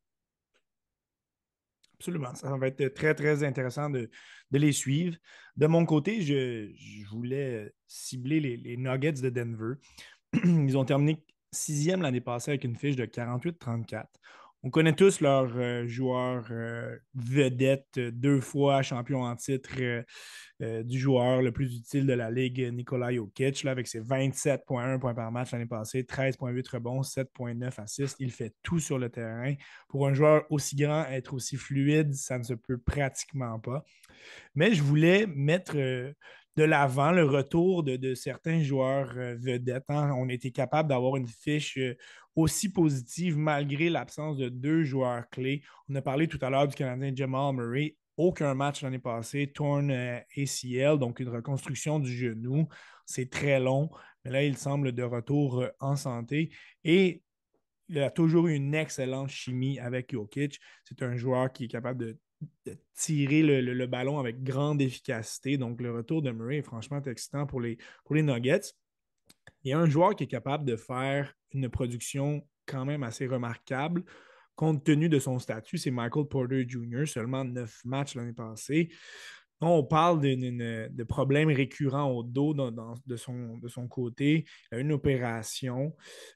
Absolument. Ça va être très, très intéressant de les suivre. De mon côté, je voulais cibler les Nuggets de Denver. Ils ont terminé sixième l'année passée avec une fiche de 48-34. On connaît tous leurs joueurs vedettes, deux fois champion en titre du joueur le plus utile de la Ligue, Nikola Jokic, là, avec ses 27,1 points par match l'année passée, 13,8 rebonds, 7,9 assists. Il fait tout sur le terrain. Pour un joueur aussi grand, être aussi fluide, ça ne se peut pratiquement pas. Mais je voulais mettre de l'avant le retour de certains joueurs vedettes. Hein. On a été capable d'avoir une fiche aussi positive malgré l'absence de deux joueurs clés. On a parlé tout à l'heure du Canadien Jamal Murray. Aucun match l'année passée, torn ACL, donc une reconstruction du genou. C'est très long, mais là, il semble de retour en santé. Et il a toujours eu une excellente chimie avec Jokic. C'est un joueur qui est capable de tirer le ballon avec grande efficacité. Donc, le retour de Murray est franchement excitant pour les Nuggets. Il y a un joueur qui est capable de faire une production quand même assez remarquable compte tenu de son statut. C'est Michael Porter Jr., seulement 9 matchs l'année passée. On parle de problèmes récurrents au dos de son côté. Il a une opération.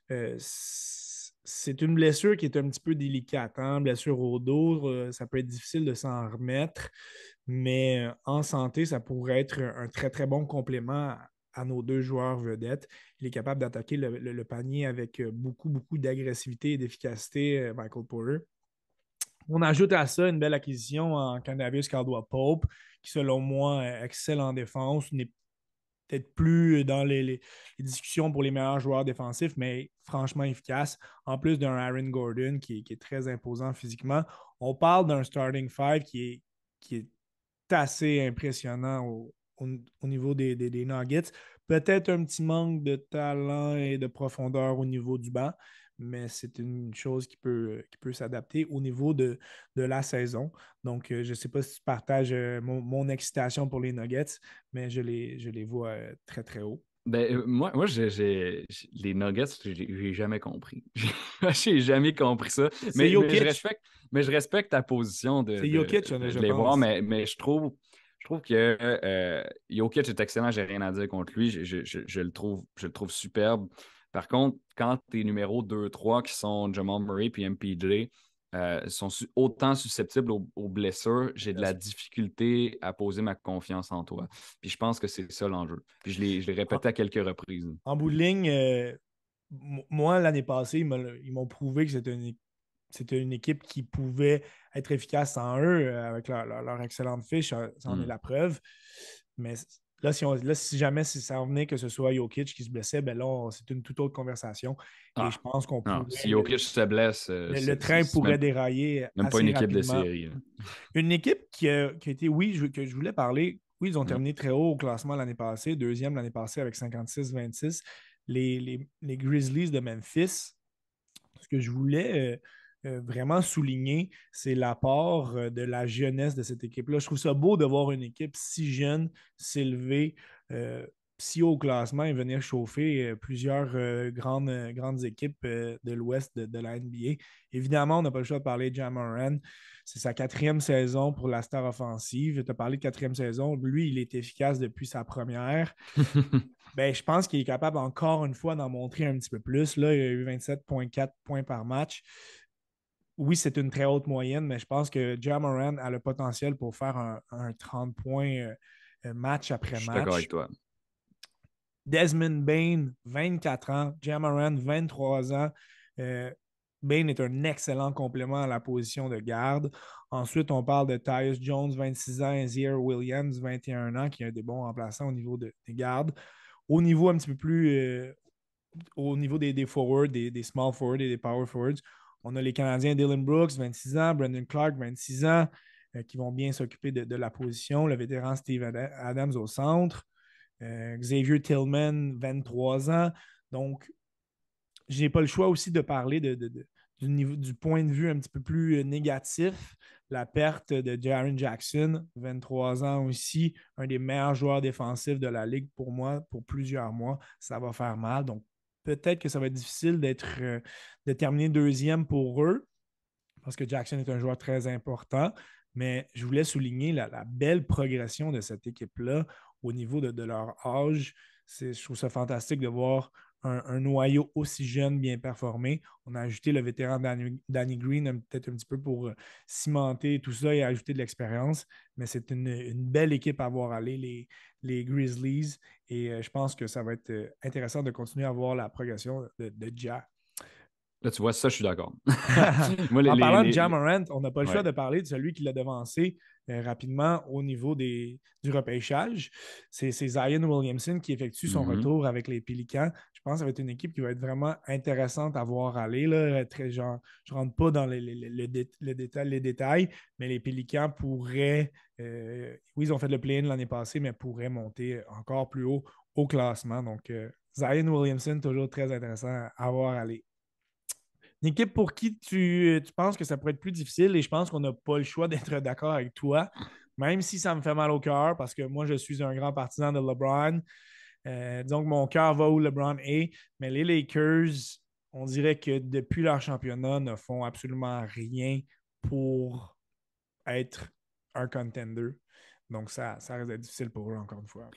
C'est une blessure qui est un petit peu délicate. Hein? Blessure au dos, ça peut être difficile de s'en remettre, mais en santé, ça pourrait être un très, très bon complément à nos deux joueurs vedettes. Il est capable d'attaquer le panier avec beaucoup, beaucoup d'agressivité et d'efficacité, Michael Porter. On ajoute à ça une belle acquisition en Candavius Caldwell-Pope, qui, selon moi, excelle en défense, n'est peut-être plus dans les discussions pour les meilleurs joueurs défensifs, mais franchement efficace. En plus d'un Aaron Gordon qui est très imposant physiquement. On parle d'un starting five qui est assez impressionnant au niveau des Nuggets. Peut-être un petit manque de talent et de profondeur au niveau du banc, mais c'est une chose qui peut s'adapter au niveau de la saison. Donc, je ne sais pas si tu partages mon excitation pour les Nuggets, mais je les vois très, très haut. Ben, moi les Nuggets, j'ai jamais compris. J'ai jamais compris ça. C'est Jokic. Mais je respecte ta position C'est Jokic, je de les voir, pense. mais je trouve que Jokic est excellent, j'ai rien à dire contre lui. Je le trouve superbe. Par contre, quand tes numéros 2-3 qui sont Jamal Murray et MPJ, sont autant susceptibles aux blessures, j'ai de la difficulté à poser ma confiance en toi. Puis je pense que c'est ça l'enjeu. Puis je l'ai En, répété à quelques reprises. en bout de ligne, moi, l'année passée, ils m'ont prouvé que c'était une équipe qui pouvait être efficace sans eux, avec leur excellente fiche, ça en est Hmm. la preuve. Mais là, si jamais ça en venait que ce soit Jokic qui se blessait, ben là, c'est une toute autre conversation. Et je Ah, pense qu'on non. pourrait, Si Jokic se blesse, le train pourrait dérailler même pas une assez équipe de rapidement. série, là. Une équipe qui a été, oui, que je voulais parler, oui, ils ont Hmm. terminé très haut au classement l'année passée, deuxième l'année passée avec 56-26. Les Grizzlies de Memphis, ce que je voulais vraiment souligner, c'est l'apport de la jeunesse de cette équipe-là. Je trouve ça beau de voir une équipe si jeune s'élever si haut au classement et venir chauffer plusieurs grandes équipes de l'Ouest de la NBA. Évidemment, on n'a pas le choix de parler de Ja Morant. C'est sa quatrième saison pour la star offensive. Tu as parlé de quatrième saison. Lui, il est efficace depuis sa première. Ben, je pense qu'il est capable encore une fois d'en montrer un petit peu plus. Là, il a eu 27,4 points par match. Oui, c'est une très haute moyenne, mais je pense que Ja Morant a le potentiel pour faire un 30 points match Je après suis d'accord match. avec toi. Desmond Bain, 24 ans. Ja Morant, 23 ans. Euh, Bain est un excellent complément à la position de garde. Ensuite, on parle de Tyus Jones, 26 ans, et Ziaire Williams, 21 ans, qui est un des bons remplaçants au niveau des gardes. Au niveau un petit peu plus au niveau des forwards, des small forwards et des power forwards, on a les Canadiens Dylan Brooks, 26 ans, Brandon Clark, 26 ans, qui vont bien s'occuper de la position, le vétéran Steve Adams au centre. Xavier Tillman, 23 ans. Donc, je n'ai pas le choix aussi de parler du point de vue un petit peu plus négatif. La perte de Jaren Jackson, 23 ans aussi, un des meilleurs joueurs défensifs de la Ligue pour moi, pour plusieurs mois. Ça va faire mal. Donc, peut-être que ça va être difficile de terminer deuxième pour eux, parce que Jackson est un joueur très important. Mais je voulais souligner la belle progression de cette équipe-là au niveau de leur âge. Je trouve ça fantastique de voir un noyau aussi jeune bien performé. On a ajouté le vétéran Danny Green peut-être un petit peu pour cimenter tout ça et ajouter de l'expérience. Mais c'est une belle équipe à voir aller, les Grizzlies. Et je pense que ça va être intéressant de continuer à voir la progression de Ja. Là, tu vois, ça, je suis d'accord. Moi, En parlant de Ja Morant, on n'a pas le choix ouais. de parler de celui qui l'a devancé rapidement au niveau du repêchage. C'est Zion Williamson qui effectue son Mhm. retour avec les Pélicans. Je pense que ça va être une équipe qui va être vraiment intéressante à voir aller. Là. Genre, je ne rentre pas dans les détails, mais les Pélicans pourraient, oui, ils ont fait le play-in l'année passée, mais pourraient monter encore plus haut au classement. Donc, Zion Williamson, toujours très intéressant à voir aller. Une équipe pour qui tu penses que ça pourrait être plus difficile et je pense qu'on n'a pas le choix d'être d'accord avec toi, même si ça me fait mal au cœur parce que moi, je suis un grand partisan de LeBron. Disons que mon cœur va où LeBron est, mais les Lakers, on dirait que depuis leur championnat, ne font absolument rien pour être un contender. Donc, ça reste difficile pour eux, encore une fois.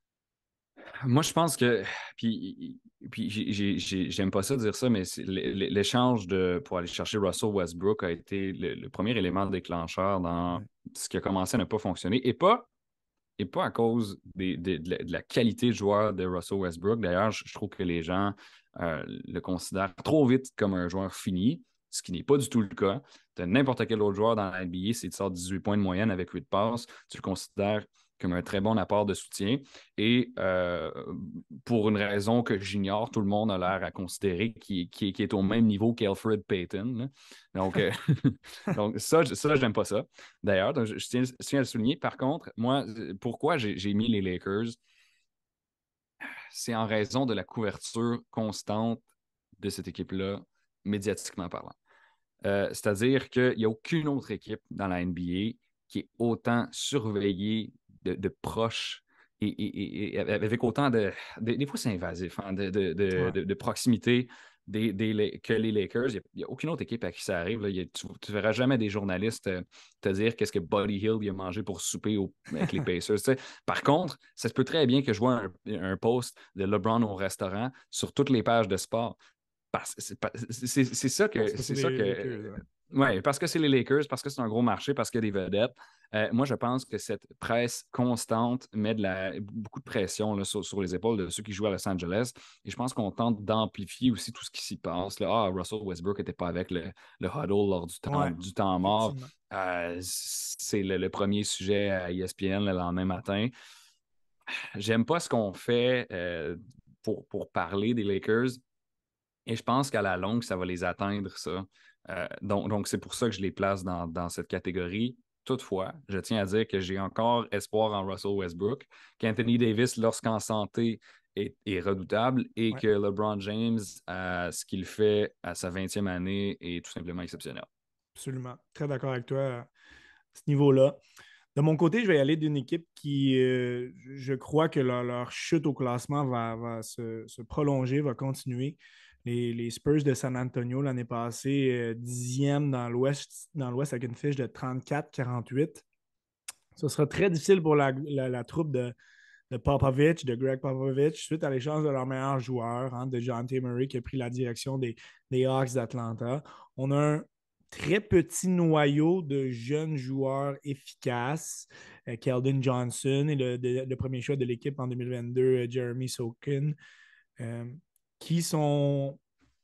Moi, je pense que, puis j'aime pas ça dire ça, mais l'échange pour aller chercher Russell Westbrook a été le premier élément déclencheur dans Ouais. ce qui a commencé à ne pas fonctionner. Et pas à cause de la qualité de joueur de Russell Westbrook. D'ailleurs, je trouve que les gens le considèrent trop vite comme un joueur fini, ce qui n'est pas du tout le cas. Tu as n'importe quel autre joueur dans la NBA, si tu sors 18 points de moyenne avec 8 passes, tu le considères comme un très bon apport de soutien. Et pour une raison que j'ignore, tout le monde a l'air à considérer qui est au même niveau qu'Alfred Payton. Là. Donc, donc ça j'aime pas ça. D'ailleurs, je tiens à le souligner. Par contre, moi, pourquoi j'ai mis les Lakers, c'est en raison de la couverture constante de cette équipe-là, médiatiquement parlant. C'est-à-dire qu'il n'y a aucune autre équipe dans la NBA qui est autant surveillée de proche et avec autant des fois, c'est invasif, hein, Ouais. de proximité que les Lakers. Il n'y a aucune autre équipe à qui ça arrive. Là. Tu ne verras jamais des journalistes te dire qu'est-ce que Buddy Hield il a mangé pour souper avec les Pacers. Tu sais. Par contre, ça se peut très bien que je vois un post de LeBron au restaurant sur toutes les pages de sport. C'est ça Parce que. que c'est C'est ça les que. Lakers. Ouais. Ouais, parce que c'est les Lakers, parce que c'est un gros marché, parce qu'il y a des vedettes. Moi, je pense que cette presse constante met beaucoup de pression là, sur les épaules de ceux qui jouent à Los Angeles. Et je pense qu'on tente d'amplifier aussi tout ce qui s'y passe. Là. Ah, Russell Westbrook n'était pas avec le huddle lors Ouais, du temps mort. effectivement. C'est le premier sujet à ESPN le lendemain matin. J'aime pas ce qu'on fait pour parler des Lakers. Et je pense qu'à la longue, ça va les atteindre, ça. Donc c'est pour ça que je les place dans cette catégorie. Toutefois, je tiens à dire que j'ai encore espoir en Russell Westbrook, qu'Anthony Davis, lorsqu'en santé, est redoutable et Ouais. que LeBron James, ce qu'il fait à sa 20e année, est tout simplement exceptionnel. Absolument. Très d'accord avec toi à ce niveau-là. De mon côté, je vais y aller d'une équipe qui, je crois que leur chute au classement va se prolonger, va continuer. Les Spurs de San Antonio l'année passée, 10e dans l'Ouest avec une fiche de 34-48. Ce sera très difficile pour la troupe de Popovich, de Greg Popovich, suite à l'échange de leur meilleur joueur, hein, de John T. Murray, qui a pris la direction des Hawks d'Atlanta. On a un très petit noyau de jeunes joueurs efficaces. Keldon Johnson et le premier choix de l'équipe en 2022, Jeremy Sokin, euh, qui sont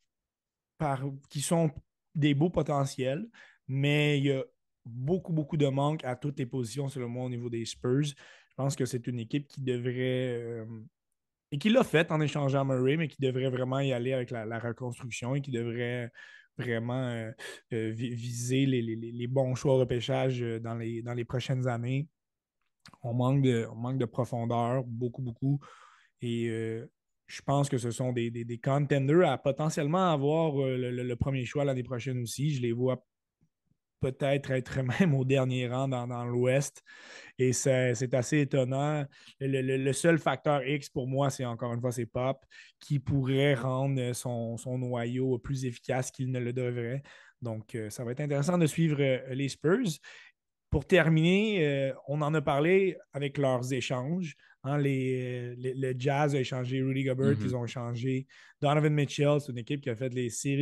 qui sont des beaux potentiels, mais il y a beaucoup, beaucoup de manques à toutes les positions, selon moi, au niveau des Spurs. Je pense que c'est une équipe qui devrait, et qui l'a fait en échangeant Murray, mais qui devrait vraiment y aller avec la reconstruction et qui devrait vraiment viser les bons choix au repêchage dans les prochaines années On manque de profondeur, beaucoup, beaucoup. Et je pense que ce sont des contenders à potentiellement avoir le premier choix l'année prochaine aussi. Je les vois peut-être être même au dernier rang dans l'Ouest. Et c'est assez étonnant. Le seul facteur X pour moi, c'est encore une fois, c'est Pop, qui pourrait rendre son noyau plus efficace qu'il ne le devrait. Donc, ça va être intéressant de suivre les Spurs. Pour terminer, on en a parlé avec leurs échanges. Hein, le Jazz a échangé Rudy Gobert, ils ont échangé Donovan Mitchell. C'est une équipe qui a fait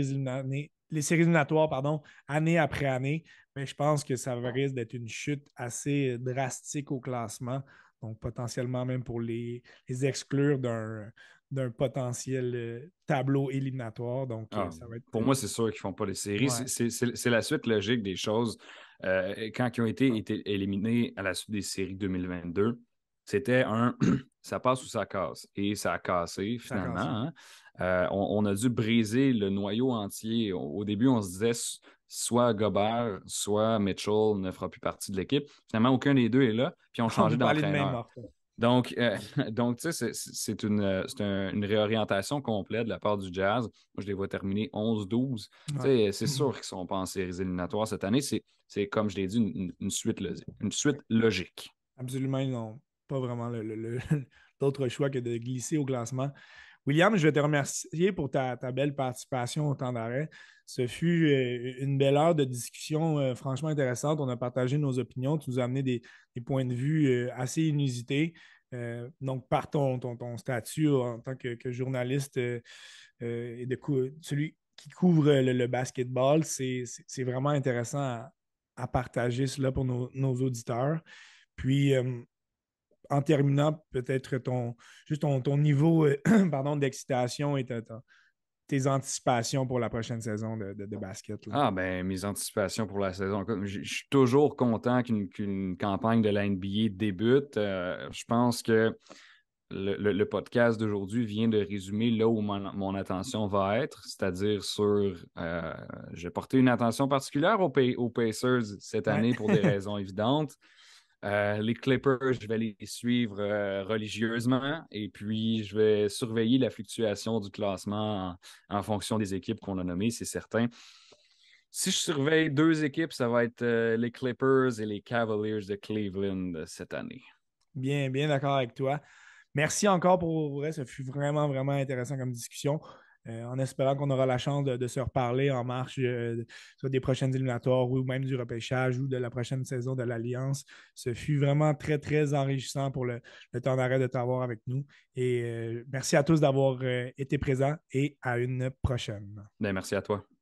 les séries éliminatoires année après année. Mais je pense que ça risque d'être une chute assez drastique au classement. Donc, potentiellement même pour les exclure d'un potentiel tableau éliminatoire. Donc, Ah, ça va être. pour moi, c'est sûr qu'ils ne font pas les séries. Ouais, C'est la suite logique des choses. Quand ils ont été éliminés à la suite des séries 2022, c'était un ça passe ou ça casse. Et ça a cassé ça finalement. casse. Hein. On a dû briser le noyau entier. Au début, on se disait soit Gobert, soit Mitchell ne fera plus partie de l'équipe. Finalement, aucun des deux est là. Puis ils ont On changé peut parler de main d'entraîneur. morte. Donc, donc tu sais, une réorientation complète de la part du Jazz. Moi, je les vois terminer 11-12. Tu Ouais. sais, c'est sûr qu'ils ne sont pas en séries éliminatoires cette année. C'est comme je l'ai dit, une suite logique. Une suite logique. Absolument, ils n'ont pas vraiment d'autre choix que de glisser au classement. William, je vais te remercier pour ta belle participation au temps d'arrêt. Ce fut une belle heure de discussion franchement intéressante. On a partagé nos opinions. Tu nous as amené des points de vue assez inusités. Donc, par ton statut en tant que journaliste et celui qui couvre le basketball, c'est vraiment intéressant à partager cela pour nos auditeurs. Puis, en terminant, peut-être juste ton niveau pardon, d'excitation et tes anticipations pour la prochaine saison de basket. Là. Ah, ben, mes anticipations pour la saison. Écoute, je suis toujours content qu'une campagne de la NBA débute. Je pense que le podcast d'aujourd'hui vient de résumer là où mon attention va être, c'est-à-dire sur. J'ai porté une attention particulière aux Pacers cette Ouais. année pour des raisons évidentes. Les Clippers, je vais les suivre religieusement et puis je vais surveiller la fluctuation du classement en fonction des équipes qu'on a nommées, c'est certain. Si je surveille deux équipes, ça va être les Clippers et les Cavaliers de Cleveland cette année. Bien, bien d'accord avec toi. Merci encore pour vrai. Ce fut vraiment, vraiment intéressant comme discussion. En espérant qu'on aura la chance de se reparler en marche soit des prochaines éliminatoires ou même du repêchage ou de la prochaine saison de l'Alliance. Ce fut vraiment très, très enrichissant pour le temps d'arrêt de t'avoir avec nous. Et merci à tous d'avoir été présents et à une prochaine. Ben, merci à toi.